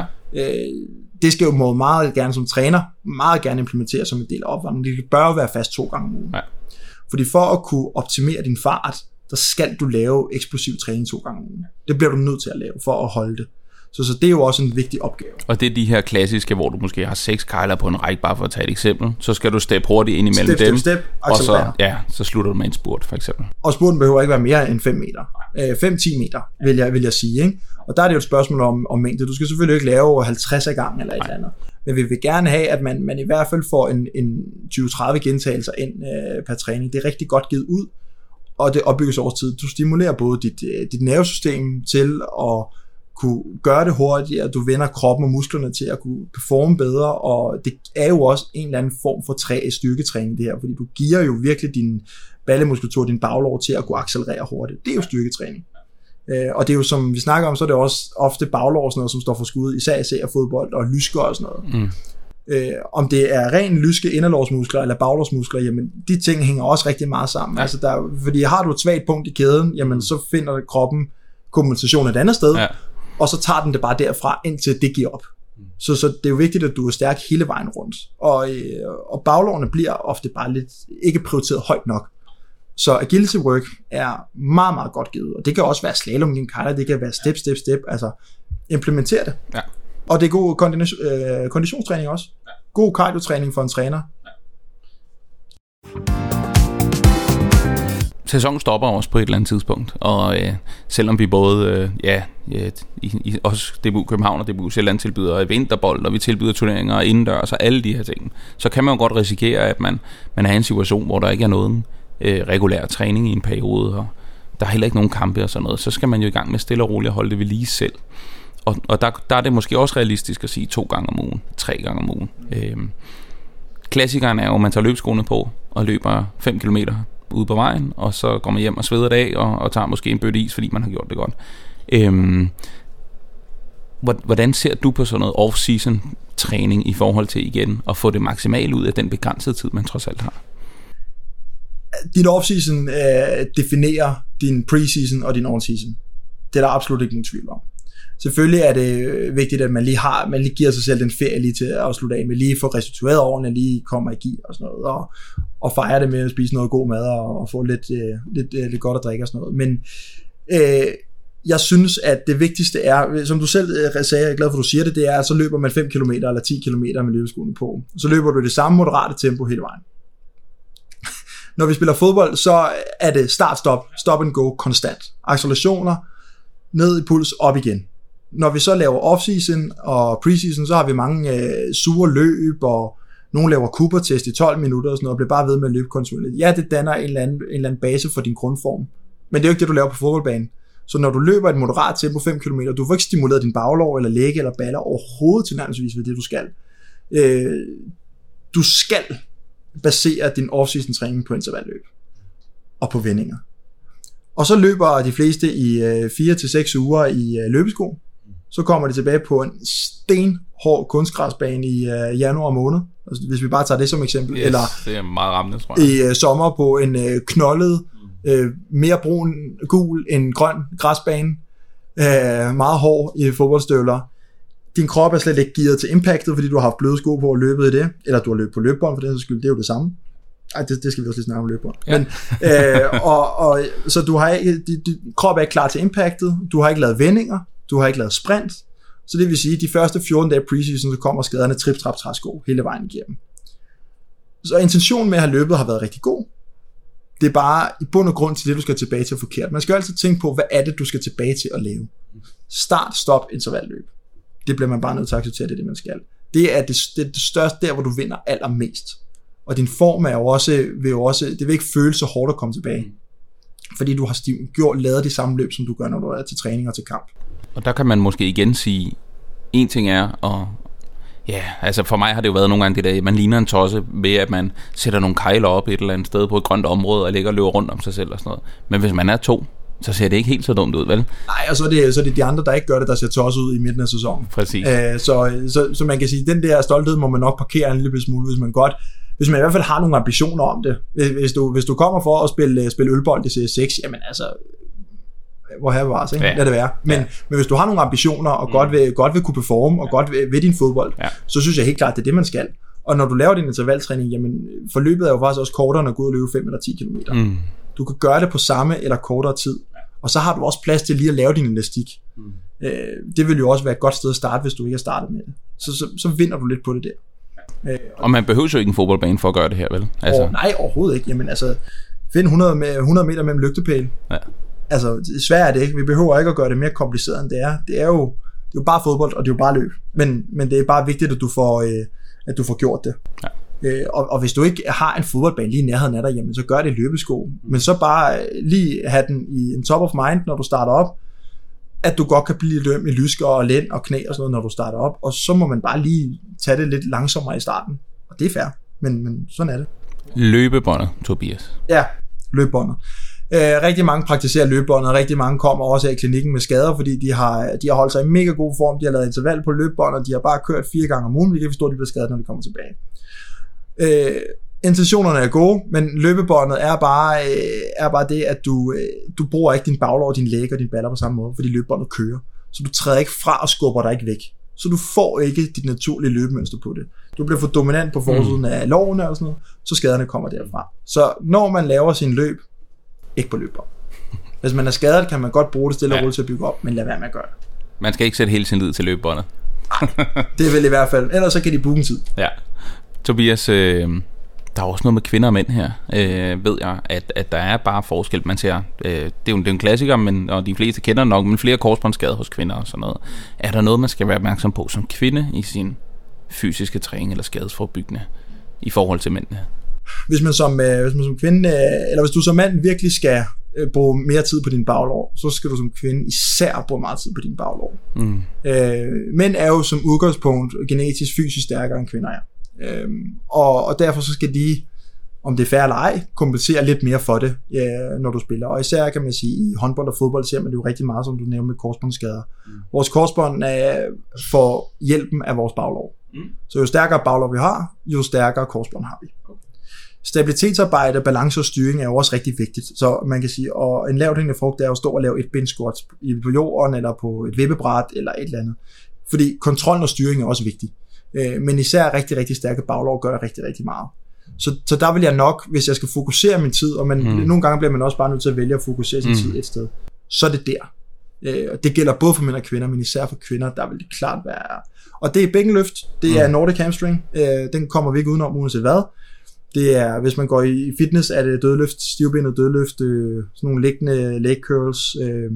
Det skal jo meget gerne som træner, meget gerne implementere som en del af opvarmningen. Det bør jo være fast 2 gange om ugen. Fordi for at kunne optimere din fart, der skal du lave eksplosiv træning 2 gange om ugen. Det bliver du nødt til at lave for at holde det. Så det er jo også en vigtig opgave. Og det er de her klassiske, hvor du måske har 6 kejler på en række, bare for at tage et eksempel. Så skal du steppe hurtigt ind imellem dem. Og så slutter du med en spurt, for eksempel. Og spurten behøver ikke være mere end 5 meter. 5-10 meter, vil jeg sige. Ikke? Og der er det jo et spørgsmål om mængde. Du skal selvfølgelig ikke lave 50 af gangen eller et eller andet. Men vi vil gerne have, at man i hvert fald får en 20-30 gentagelser ind per træning. Det er rigtig godt givet ud, og det opbygges over tid. Du stimulerer både dit nervesystem til at kunne gøre det hurtigere, du vender kroppen og musklerne til at kunne performe bedre, og det er jo også en eller anden form for styrketræning det her, fordi du giver jo virkelig din ballemuskulatur, din baglår til at kunne accelerere hurtigt. Det er jo styrketræning. Og det er jo, som vi snakker om, så er det også ofte baglår sådan noget, som står for skud, især fodbold og lysker og sådan noget. Om det er ren lyske inderlårsmuskler eller baglårsmuskler, jamen de ting hænger også rigtig meget sammen. Altså fordi har du et svagt punkt i kæden, jamen så finder kroppen kompensation et andet sted, og så tager den det bare derfra, indtil det giver op. Så det er jo vigtigt, at du er stærk hele vejen rundt. Og baglårene bliver ofte bare lidt ikke prioriteret højt nok. Så agility work er meget, meget godt givet. Og det kan også være slalom i en kejler, det kan være step. Altså implementere det. Og det er god konditionstræning også. God cardio-træning for en træner. Sæsonen stopper også på et eller andet tidspunkt, og selvom vi både i også DBU København og DBU Sjælland tilbyder vinterbold, og vi tilbyder turneringer indendørs og alle de her ting, så kan man jo godt risikere, at man er i en situation, hvor der ikke er nogen regulær træning i en periode, og der er heller ikke nogen kampe og sådan noget. Så skal man jo i gang med stille og roligt at holde det ved lige selv. Og der er det måske også realistisk at sige 2 gange om ugen, 3 gange om ugen. Klassikeren er jo, at man tager løbsskoene på og løber 5 kilometer ude på vejen, og så går man hjem og sveder det af, og tager måske en bøtte is, fordi man har gjort det godt. Hvordan ser du på sådan noget off-season træning i forhold til igen at få det maksimalt ud af den begrænsede tid, man trods alt har? Din off-season definerer din pre-season og din on-season. Det er der absolut ikke nogen tvivl om. Selvfølgelig er det vigtigt, at man lige giver sig selv den ferie lige til at slutte af med, lige få restitueret årene, lige kommer i gear og sådan noget, og fejre det med at spise noget god mad og få lidt godt at drikke og sådan noget. Men jeg synes, at det vigtigste er, som du selv sagde, jeg er glad for, at du siger det, det er, at så løber man 5 km eller 10 km med løbeskoene på. Så løber du det samme moderate tempo hele vejen. Når vi spiller fodbold, så er det stop and go konstant. Accelerationer, ned i puls, op igen. Når vi så laver off-season og pre-season, så har vi mange sure løb, og nogle laver Cooper-test i 12 minutter og sådan noget, og bliver bare ved med at løbe kontinuerligt. Ja, det danner en eller anden base for din grundform, Men det er jo ikke det, du laver på fodboldbanen. Så når du løber et moderat tempo 5 km, du får ikke stimuleret din baglår eller læge eller baller overhovedet tilnærmelsesvis ved det, du skal. Du skal basere din off-season træning på intervalløb og på vendinger. Og så løber de fleste i 4-6 uger i løbesko. Så kommer de tilbage på en stenhård kunstgræsbane i januar måned. Altså, hvis vi bare tager det som eksempel. Yes, eller det er meget rammende, tror jeg. I sommer på en knoldet, mere brun, gul end grøn græsbane. Meget hård i fodboldstøvler. Din krop er slet ikke gearet til impactet, fordi du har haft bløde sko på og løbet i det. Eller du har løbet på løbebånd, for den skyld. Det er jo det samme. Ej, det skal vi også lige snakke om løbebånd. Ja. Men, så du har ikke, din krop er ikke klar til impactet. Du har ikke lavet vendinger. Du har ikke lavet sprint. Så det vil sige, at de første 14 dage preseason, så kommer skaderne trip-trap-træsko hele vejen igennem. Så intentionen med at have løbet har været rigtig god. Det er bare i bund og grund til det, du skal tilbage til forkert. Man skal jo altid tænke på, hvad er det, du skal tilbage til at lave. Start, stop, intervalløb. Det bliver man bare nødt til at acceptere, det er det, man skal. Det er det største der, hvor du vinder allermest. Og din form er jo også, det vil ikke føles så hårdt at komme tilbage. Fordi du har lavet de samme løb, som du gør, når du er til træning og til kamp. Og der kan man måske igen sige, en ting er, og ja, altså for mig har det jo været nogle gange det der, man ligner en tosse ved, at man sætter nogle kejler op et eller andet sted på et grønt område, og ligger og løber rundt om sig selv og sådan noget. Men hvis man er 2, så ser det ikke helt så dumt ud, vel? Nej, og så er det de andre, der ikke gør det, der ser tosset ud i midten af sæsonen. Præcis. Så man kan sige, den der stolthed må man nok parkere en lille smule, hvis man i hvert fald har nogle ambitioner om det. Hvis du kommer for at spille ølbold i CS6, jamen altså, hvor her bevares, ikke? Lad det være. Men hvis du har nogle ambitioner, og godt vil kunne performe, og godt ved din fodbold, så synes jeg helt klart, det er det, man skal. Og når du laver din intervaltræning, jamen forløbet er jo faktisk også kortere, end at gå ud og løbe 5 eller 10 km. Du kan gøre det på samme eller kortere tid. Og så har du også plads til lige at lave din elastik. Det vil jo også være et godt sted at starte, hvis du ikke har startet med det. Så vinder du lidt på det der. Og man behøver jo ikke en fodboldbane for at gøre det her, vel? Altså. Nej, overhovedet ikke. Jamen altså, find 100 meter mellem lygtepæle. Ja. Altså, svært er det ikke. Vi behøver ikke at gøre det mere kompliceret, end det er. Det er jo bare fodbold, og det er jo bare løb. Men det er bare vigtigt, at du får gjort det. Ja. Og hvis du ikke har en fodboldbane lige i nærheden af dig, jamen, så gør det løbesko. Men så bare lige have den i en top of mind, når du starter op, at du godt kan blive løm i lysker og lænd og knæ og sådan noget, når du starter op. Og så må man bare lige tage det lidt langsommere i starten. Og det er fair, men sådan er det. Løbebåndet, Tobias. Ja, løbebåndet. Rigtig mange praktiserer løbebåndet, og rigtig mange kommer også af klinikken med skader, fordi de har holdt sig i mega god form, de har lavet interval på løbebåndet, de har bare kørt 4 gange om ugen, vi kan forstå, at de bliver skadet, når de kommer tilbage. Intentionerne er gode, men løbebåndet er bare det, at du bruger ikke din baglår, din læg og din baller på samme måde, fordi løbebåndet kører. Så du træder ikke fra og skubber dig ikke væk. Så du får ikke dit naturlige løbemønster på det. Du bliver for dominant på forsiden af lårene og sådan noget, så skaderne kommer derfra. Så når man laver sin løb, ikke på løbebånd. Hvis man er skadet, kan man godt bruge det stille og roligt til at bygge op, men lad være med at gøre det. Man skal ikke sætte hele sin lid til løbebåndet. Det er vel i hvert fald. Ellers så kan de booke en tid. Ja. Tobias, der er også noget med kvinder og mænd her, ved jeg, at der er bare forskel. Man ser, det er jo en klassiker, og de fleste kender nok, men flere korsbåndsskader hos kvinder og sådan noget. Er der noget, man skal være opmærksom på som kvinde i sin fysiske træning eller skadesforebyggende i forhold til mændene? Hvis man som kvinde, eller hvis du som mand virkelig skal bruge mere tid på din baglår, så skal du som kvinde især bruge meget tid på din baglår. Mænd er jo som udgangspunkt genetisk fysisk stærkere end kvinder er. Og derfor så skal de, om det er fair eller ej, kompensere lidt mere for det, når du spiller. Og især kan man sige, i håndbold og fodbold ser man det jo rigtig meget, som du nævner med korsbåndsskader. Vores korsbånd får hjælpen af vores baglår. Så jo stærkere baglår vi har, jo stærkere korsbånd har vi. Stabilitetsarbejde, balance og styring er jo også rigtig vigtigt. Så man kan sige, og en lavthængende frugt er jo at stå og lave et benchsquat på jorden, eller på et vippebræt, eller et eller andet. Fordi kontrollen og styring er også vigtig. Men især rigtig, rigtig stærke baglår gør rigtig, rigtig meget. Så der vil jeg nok, hvis jeg skal fokusere min tid, og nogle gange bliver man også bare nødt til at vælge at fokusere sin tid et sted, så er det der. Det gælder både for mænd og kvinder, men især for kvinder, der vil det klart være. Og det er bækkenløft, det er Nordic hamstring, den kommer vi ikke udenom uanset hvad. Det er, hvis man går i fitness, er det dødløft, stivbenet dødløft, sådan nogle liggende leg curls,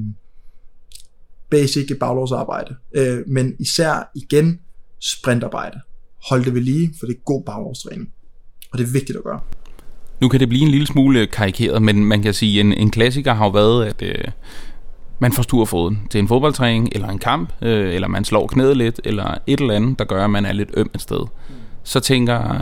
basic baglårsarbejde. Men især igen sprintarbejde. Hold det ved lige, for det er god baglårstræning. Og det er vigtigt at gøre. Nu kan det blive en lille smule karikeret, men man kan sige, en klassiker har jo været, at man forstuer foden til en fodboldtræning, eller en kamp, eller man slår knæet lidt, eller et eller andet, der gør, at man er lidt øm et sted. Så tænker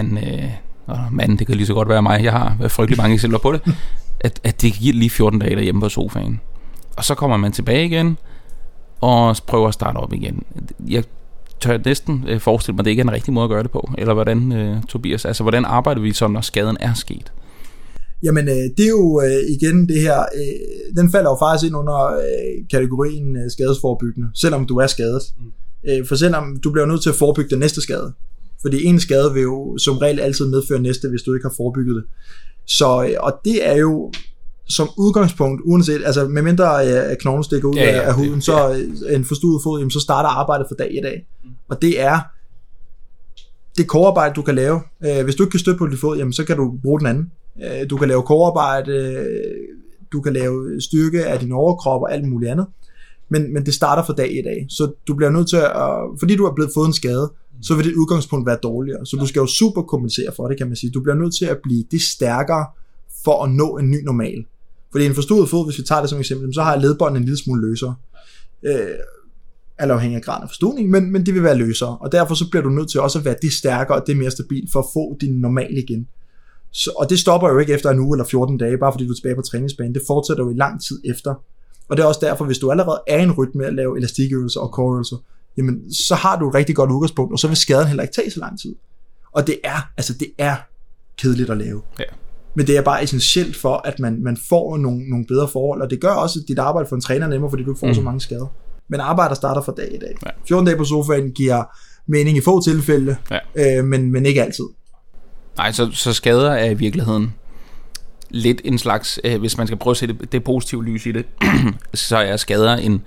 man, det kan lige så godt være mig, jeg har frygtelig mange eksempler på det, at det giver lige 14 dage derhjemme på sofaen. Og så kommer man tilbage igen, og prøver at starte op igen. Jeg tør næsten forestille mig, at det ikke er en rigtig måde at gøre det på. Eller hvordan, Tobias? Altså, hvordan arbejder vi så, når skaden er sket? Jamen, det er jo igen det her, den falder jo faktisk ind under kategorien skadesforebyggende, selvom du er skadet. For selvom du bliver nødt til at forebygge den næste skade. Fordi en skade vil jo som regel altid medføre næste, hvis du ikke har forebygget det. Så, og det er jo som udgangspunkt, uanset, altså medmindre knoglen stikker ud af huden, så en forstuet fod, jamen, så starter arbejdet for dag i dag. Og det er det korearbejde, du kan lave. Hvis du ikke kan støtte på dit fod, jamen, så kan du bruge den anden. Du kan lave korearbejde, du kan lave styrke af din overkrop og alt muligt andet. Men det starter for dag i dag. Så du bliver nødt til at, fordi du har blevet fået en skade, så vil dit udgangspunkt være dårligere. Så du skal jo super kompensere for det, kan man sige. Du bliver nødt til at blive det stærkere for at nå en ny normal. Fordi en forstuet fod, hvis vi tager det som eksempel, så har ledbåndet en lille smule løsere. Alt afhængig af graden af forstuning, men det vil være løsere. Og derfor så bliver du nødt til også at være det stærkere og det mere stabilt for at få din normal igen. Så, og det stopper jo ikke efter en uge eller 14 dage, bare fordi du er tilbage på træningsbanen. Det fortsætter jo i lang tid efter. Og det er også derfor, hvis du allerede er i en rytme med at lave elastikøvelser og coreøvelser, jamen så har du et rigtig godt udgangspunkt, og så vil skaden heller ikke tage så lang tid. Og det er kedeligt at lave. Ja. Men det er bare essentielt for, at man får nogle bedre forhold, og det gør også dit arbejde for en træner nemmere, fordi du ikke får så mange skader. Men arbejdet starter fra dag i dag. Ja. 14 dage på sofaen giver mening i få tilfælde, men ikke altid. Nej, så skader er i virkeligheden lidt en slags, hvis man skal prøve at se det positive lys i det, så er skader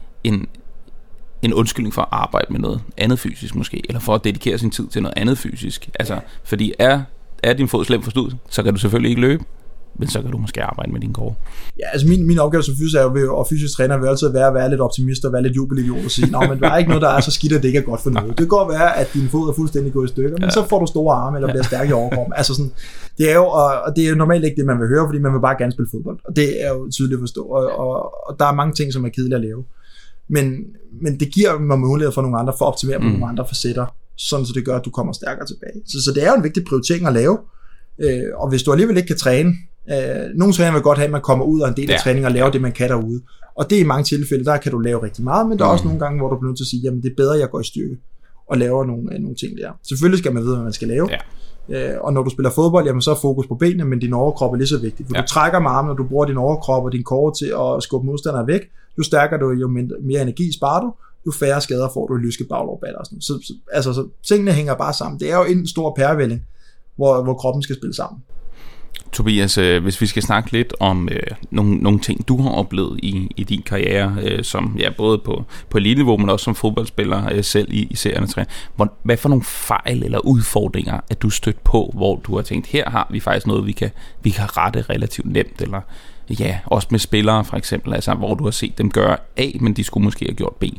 en undskyldning for at arbejde med noget andet fysisk måske, eller for at dedikere sin tid til noget andet fysisk. Altså, fordi er din fod slemt forstuet, så kan du selvfølgelig ikke løbe, men så kan du måske arbejde med din core. Ja, altså min opgave som fysisk er jo, og fysisk træner vil altid være lidt optimist og være lidt jubelidiot og sige, men der er ikke noget, der er så skidt, at det ikke er godt for noget. Det kan godt være, at din fod er fuldstændig gået i stykker, men så får du store arme eller bliver stærk i overkroppen. Altså sådan, det er jo, og det er jo normalt ikke det, man vil høre, fordi man vil bare gerne spille fodbold. Og det er jo tydeligt at forstå. Og der er mange ting, som er kedelige at lave. Men det giver mig mulighed for nogle andre, for at optimere på nogle andre facetter, sådan så det gør, at du kommer stærkere tilbage. Så det er jo en vigtig prioritering at lave. Og hvis du alligevel ikke kan træne, nogle træner vil godt have, at man kommer ud af en del af træning og laver det, man kan derude. Og det er i mange tilfælde, der kan du lave rigtig meget, men der er også nogle gange, hvor du bliver nødt til at sige, jamen det er bedre, at jeg går i styrke og laver nogle ting der. Selvfølgelig skal man vide, hvad man skal lave. Og når du spiller fodbold, jamen så er fokus på benene, men din overkrop er lige så vigtig. For du trækker med armen, og du bruger din overkrop og din core til at skubbe modstandere væk. Jo stærkere du, jo mere energi sparer du, jo færre skader får du i lyske baglårballer og sådan. Så tingene hænger bare sammen. Det er jo en stor pærevælling, hvor kroppen skal spille sammen. Tobias, hvis vi skal snakke lidt om nogle ting, du har oplevet i din karriere, som både på elite-niveau, men også som fodboldspiller selv i serierne. Hvad for nogle fejl eller udfordringer er du stødt på, hvor du har tænkt, her har vi faktisk noget, vi kan rette relativt nemt, eller også med spillere for eksempel, altså hvor du har set dem gøre A, men de skulle måske have gjort B?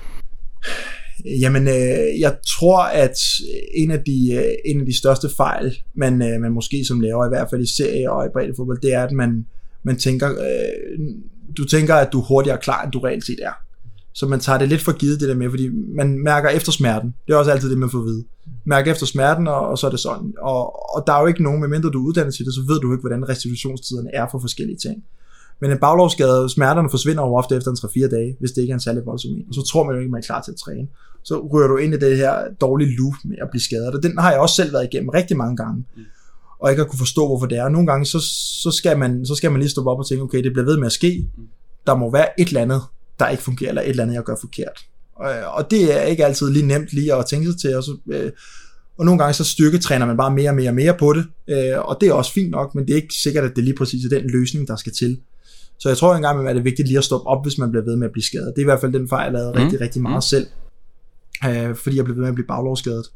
Jamen, jeg tror, at en af de største fejl, man måske som laver, i hvert fald i serie og i breddefodbold, det er, at man tænker, du tænker, at du er hurtigere klar, end du reelt set er. Så man tager det lidt for givet det der med, fordi man mærker efter smerten. Det er også altid det, man får at vide. Mærker efter smerten, og så er det sådan. Og der er jo ikke nogen, medmindre du er uddannet til det, så ved du ikke, hvordan restitutionstiderne er for forskellige ting. Men en baglårsskade, smerterne forsvinder jo ofte efter 3-4 dage, hvis det ikke er en særlig voldsom en. Og så tror man jo ikke, man er klar til at træne. Så ryger du ind i det her dårlige loop med at blive skadet. Og den har jeg også selv været igennem rigtig mange gange. Og ikke at kunne forstå, hvorfor det er. Nogle gange, så skal man lige stoppe op og tænke, okay, det bliver ved med at ske. Der må være et eller andet, der ikke fungerer, eller et eller andet, jeg gør forkert. Og det er ikke altid lige nemt lige at tænke sig til. Og nogle gange så styrketræner man bare mere og mere på det. Og det er også fint nok, men det er ikke sikkert, at det lige præcis er den løsning, der skal til. Så jeg tror engang, at det er vigtigt lige at stoppe op, hvis man bliver ved med at blive skadet. Det er i hvert fald den fejl, jeg lavede rigtig, rigtig meget selv. Fordi jeg blev ved med at blive baglårsskadet.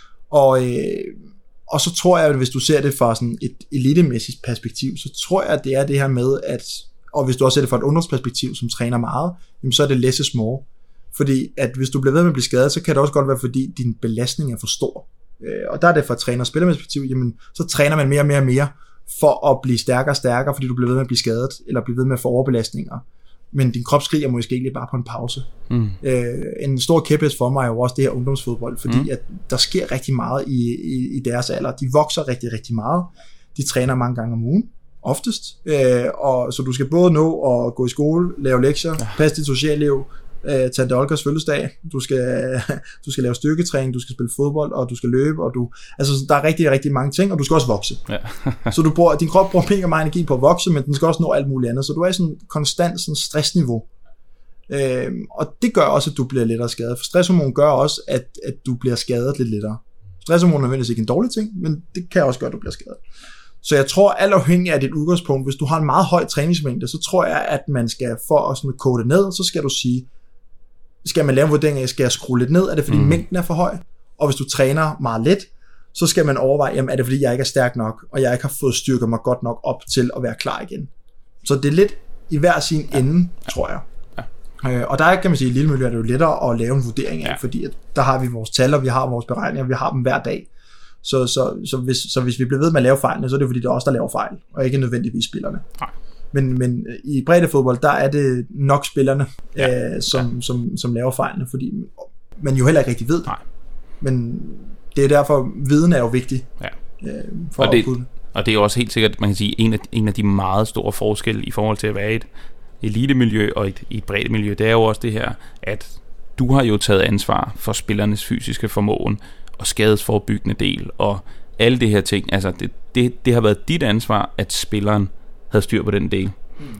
Og så tror jeg, at hvis du ser det fra sådan et elitemæssigt perspektiv, så tror jeg, at det er det her med, at, og hvis du også ser det fra et ungdomsperspektiv, som træner meget, jamen så er det less is more. Fordi at hvis du bliver ved med at blive skadet, så kan det også godt være, fordi din belastning er for stor. Og der er det fra træner- og spillerperspektiv, jamen så træner man mere, for at blive stærkere og stærkere, fordi du bliver ved med at blive skadet, eller bliver ved med at få overbelastninger. Men din krop skriger måske egentlig bare på en pause. En stor kæphest for mig er jo også det her ungdomsfodbold, fordi at der sker rigtig meget i deres alder. De vokser rigtig, rigtig meget. De træner mange gange om ugen, oftest. Og så du skal både nå at gå i skole, lave lektier, passe dit socialliv, tage Dolkers fødselsdag, du skal lave styrketræning, du skal spille fodbold, og du skal løbe, og der er rigtig, rigtig mange ting, og du skal også vokse. Så din krop bruger mega meget energi på at vokse, men den skal også nå alt muligt andet, så du er i sådan konstant sådan stressniveau. Og det gør også, at du bliver lettere skadet, for stresshormon gør også, at du bliver skadet lidt lettere. Stresshormon er nødvendigvis ikke en dårlig ting, men det kan også gøre, at du bliver skadet. Så jeg tror, alt afhængig af dit udgangspunkt, hvis du har en meget høj træningsmængde, så tror jeg, at man skal, for at sådan kode det ned, så skal du sige, skal man lave en vurdering af, skal jeg skrue lidt ned, er det fordi mængden er for høj? Og hvis du træner meget let, så skal man overveje, jamen er det fordi jeg ikke er stærk nok, og jeg ikke har fået styrket mig godt nok op til at være klar igen. Så det er lidt i hver sin ende, tror jeg. Og der kan man sige, i lille miljø er det jo lettere at lave en vurdering af, fordi at der har vi vores tal, og vi har vores beregninger, vi har dem hver dag. Så hvis vi bliver ved med at lave fejlene, så er det fordi, det er os, der laver fejl, og ikke nødvendigvis spillerne. Men i breddefodbold, der er det nok spillerne, som laver fejlene, fordi man jo heller ikke rigtig ved det. Men det er derfor, viden er jo vigtig. Og det er også helt sikkert, man kan sige, en af de meget store forskelle i forhold til at være et elitemiljø og et breddemiljø, det er jo også det her, at du har jo taget ansvar for spillernes fysiske formåen og skadesforebyggende del og alle det her ting. Altså det har været dit ansvar, at spilleren havde styr på den del.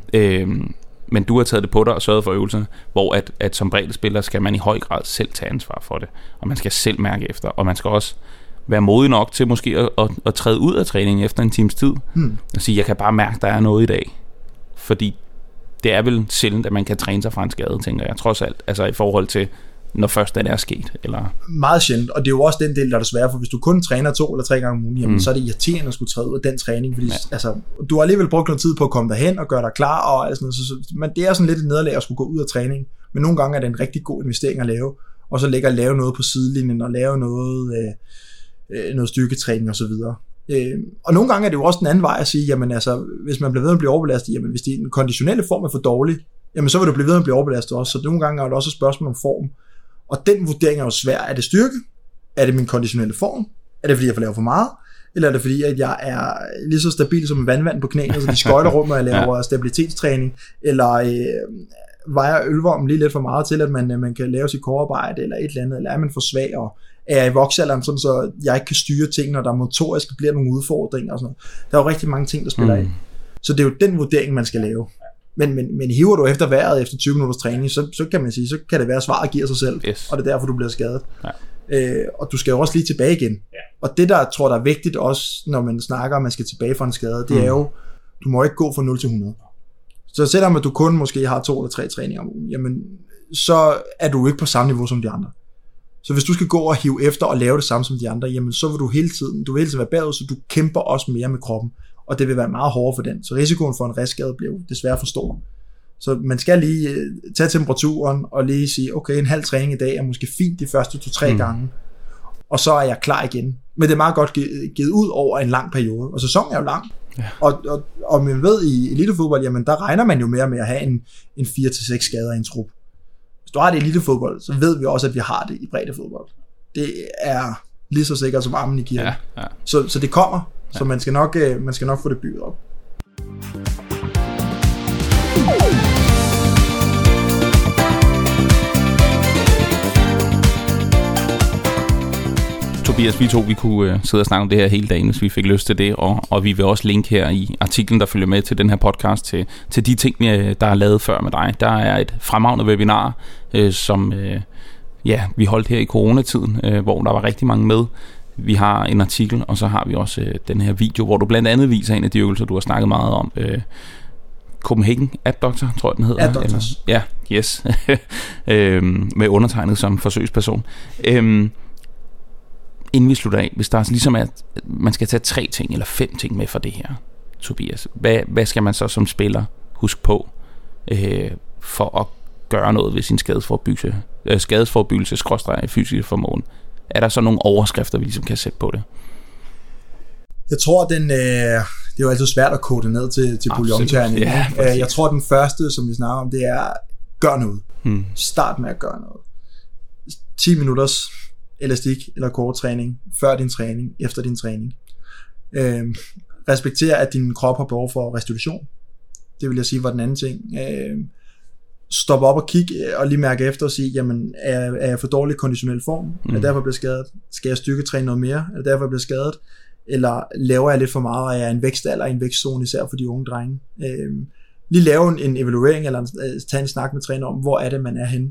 Men du har taget det på dig og sørget for øvelserne, hvor at som breddespiller skal man i høj grad selv tage ansvar for det, og man skal selv mærke efter, og man skal også være modig nok til måske at træde ud af træningen efter en times tid og sige, jeg kan bare mærke, der er noget i dag, fordi det er vel sjældent, at man kan træne sig fra en skade, tænker jeg, trods alt, altså i forhold til når først det er sket, eller? Meget sjældent, og det er jo også den del, der er desværre, for hvis du kun træner 2 eller 3 gange om ugen, jamen, så er det irriterende at skulle træde ud af den træning, fordi altså, du har alligevel brugt noget tid på at komme derhen og gøre dig klar, og alt sådan noget, men det er sådan lidt et nederlag at skulle gå ud af træning, men nogle gange er det en rigtig god investering at lave, og så lægge at lave noget på sidelinjen, og lave noget styrketræning og så videre. Og nogle gange er det jo også den anden vej at sige, jamen altså, hvis man bliver ved med at blive overbelastet, jamen hvis den konditionelle form er for dårlig, jamen så vil du blive ved med at blive overbelastet også, så nogle gange er det også et spørgsmål om form. Og den vurdering er jo svær. Er det styrke? Er det min konditionelle form? Er det fordi, jeg får lavet for meget? Eller er det fordi, at jeg er lige så stabil som en vandvand på knæene, så de skøjter rundt, når jeg laver stabilitetstræning? Eller vejer ølvormen lige lidt for meget til, at man kan lave sit core-arbejde, eller et eller andet? Eller er man for svag? Og er jeg i voksalderen, sådan så jeg ikke kan styre ting, når der motorisk bliver nogle udfordringer og sådan noget? Der er jo rigtig mange ting, der spiller ind. Så det er jo den vurdering, man skal lave. Men hiver du efter vejret efter 20 minutters træning, så kan man sige, så kan det være, at svaret giver sig selv, og det er derfor, du bliver skadet. Og du skal jo også lige tilbage igen. Og det, der tror der er vigtigt også, når man snakker, at man skal tilbage fra en skade, det er jo, du må ikke gå fra 0 til 100. Så selvom at du kun måske har 2 eller 3 træninger om ugen, jamen, så er du ikke på samme niveau som de andre. Så hvis du skal gå og hive efter og lave det samme som de andre, jamen, så vil du hele tiden være bagud, så du kæmper også mere med kroppen. Og det vil være meget hårdere for den. Så risikoen for en restskade bliver desværre for stor. Så man skal lige tage temperaturen og lige sige, okay, en halv træning i dag er måske fint de første 2-3 gange. Og så er jeg klar igen. Men det er meget godt givet ud over en lang periode. Og sæsonen er jo lang. Og man ved i elitefodbold, jamen der regner man jo mere med at have en 4-6 skader i en trup. Hvis du har det i elitefodbold, så ved vi også, at vi har det i breddefodbold. Det er lige så sikkert som armen i kirken. Så det kommer. Så man skal nok få det bygget op. Tobias, vi kunne sidde og snakke om det her hele dagen, hvis vi fik lyst til det, og vi vil også linke her i artiklen, der følger med til den her podcast, til de ting, der er lavet før med dig. Der er et fremragende webinar, som vi holdt her i coronatiden, hvor der var rigtig mange med. Vi har en artikel, og så har vi også den her video, hvor du blandt andet viser en af de øvelser, du har snakket meget om. Copenhagen Abductor, tror jeg den hedder. Abductors. Ja, yes. Med undertegnet som forsøgsperson. Inden vi slutter af, hvis der ligesom er, at man skal tage 3 ting eller 5 ting med for det her, Tobias, hvad skal man så som spiller huske på for at gøre noget ved sin skadesforebyggelse fysiske formåen? Er der så nogle overskrifter, vi ligesom kan sætte på det? Jeg tror, det er jo altid svært at kode ned til bouillonterning. Ja, jeg tror, den første, som vi snakker om, det er, gør noget. Start med at gøre noget. 10 minutters elastik eller core-træning, før din træning, efter din træning. Respekter, at din krop har behov for restitution. Det vil jeg sige var den anden ting. Stop op og kig og lige mærke efter og sige, jamen, er jeg for dårlig konditionel form? Er det derfor, jeg bliver skadet? Skal jeg styrketræne noget mere? Er det derfor, jeg bliver skadet? Eller laver jeg lidt for meget, og jeg er en vækstalder i en vækstzone, især for de unge drenge? Lige lave en evaluering, eller tage en snak med træner om, hvor er det, man er henne.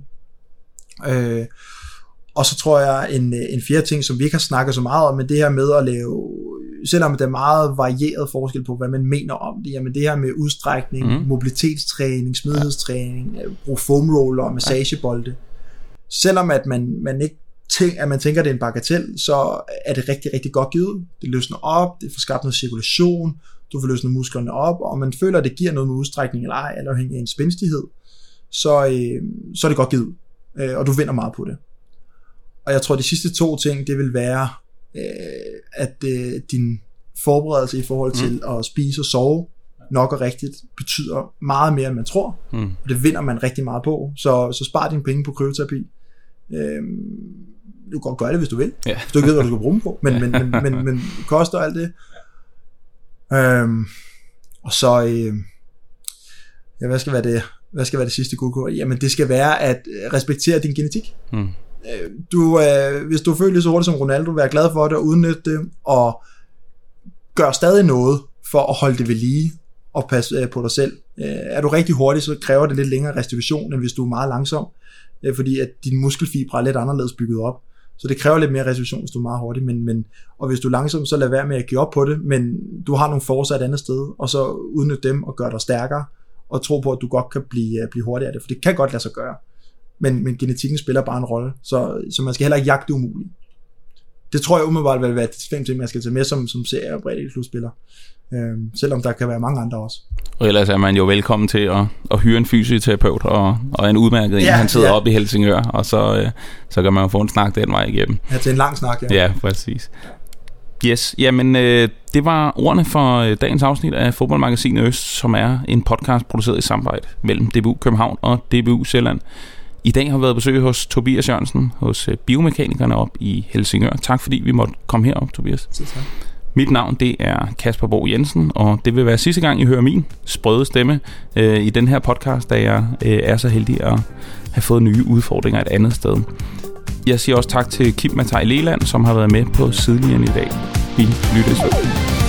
Og så tror jeg, en fjerde ting, som vi ikke har snakket så meget om, men det her med at lave, selvom der er meget varieret forskel på, hvad man mener om det, jamen det her med udstrækning, mobilitetstræning, smidighedstræning, brug foam roller, massagebolde, selvom at man ikke at man tænker, at det er en bagatel, så er det rigtig, rigtig godt givet. Det løsner op, det får skabt noget cirkulation, du får løsnet musklerne op, og man føler, at det giver noget med udstrækning eller ej, eller afhængig af en spændstighed, så er det godt givet, og du vinder meget på det. Og jeg tror, de sidste 2 ting, det vil være, at din forberedelse i forhold til at spise og sove nok og rigtigt, betyder meget mere, end man tror, og det vinder man rigtig meget på, så spar dine penge på kryoterapi. Du kan godt gøre det, hvis du vil. Ja. Hvis du ikke ved, hvad du skal bruge dem på. Men koster alt det. Og så hvad skal være det sidste guldkorn? Jamen det skal være at respektere din genetik. Hvis du føler så hurtigt som Ronaldo, vær glad for det og udnytte det, og gør stadig noget for at holde det ved lige og passe på dig selv. Er du rigtig hurtig, så kræver det lidt længere restitution, end hvis du er meget langsom, fordi at dine muskelfibre er lidt anderledes bygget op. Så det kræver lidt mere restitution, hvis du er meget hurtig, og hvis du er langsom, så lad være med at give op på det, men du har nogle forser et andet sted, og så udnytte dem og gøre dig stærkere, og tro på, at du godt kan blive hurtigere af det, for det kan godt lade sig gøre. Men genetikken spiller bare en rolle, så man skal heller ikke jagte umuligt. Det tror jeg umiddelbart vil være de 5 ting, man skal tage med som serie- og breddeklubspiller. Selvom der kan være mange andre også. Og ellers er man jo velkommen til at hyre en fysioterapeut og en udmærket en, han sidder oppe i Helsingør, og så kan man jo få en snak den vej igennem. Ja, til en lang snak, ja. Ja, præcis. Yes, jamen det var ordene for dagens afsnit af Fodboldmagasinet Øst, som er en podcast produceret i samarbejde mellem DBU København og DBU Sjælland. I dag har vi været besøg hos Tobias Jørgensen, hos biomekanikerne op i Helsingør. Tak fordi vi måtte komme herop, Tobias. Tak. Mit navn, det er Kasper Bo Jensen, og det vil være sidste gang, I hører min sprøde stemme i den her podcast, da jeg er så heldig at have fået nye udfordringer et andet sted. Jeg siger også tak til Kim Mathaj Leland, som har været med på sidelinjen i dag. Vi lyttes ved.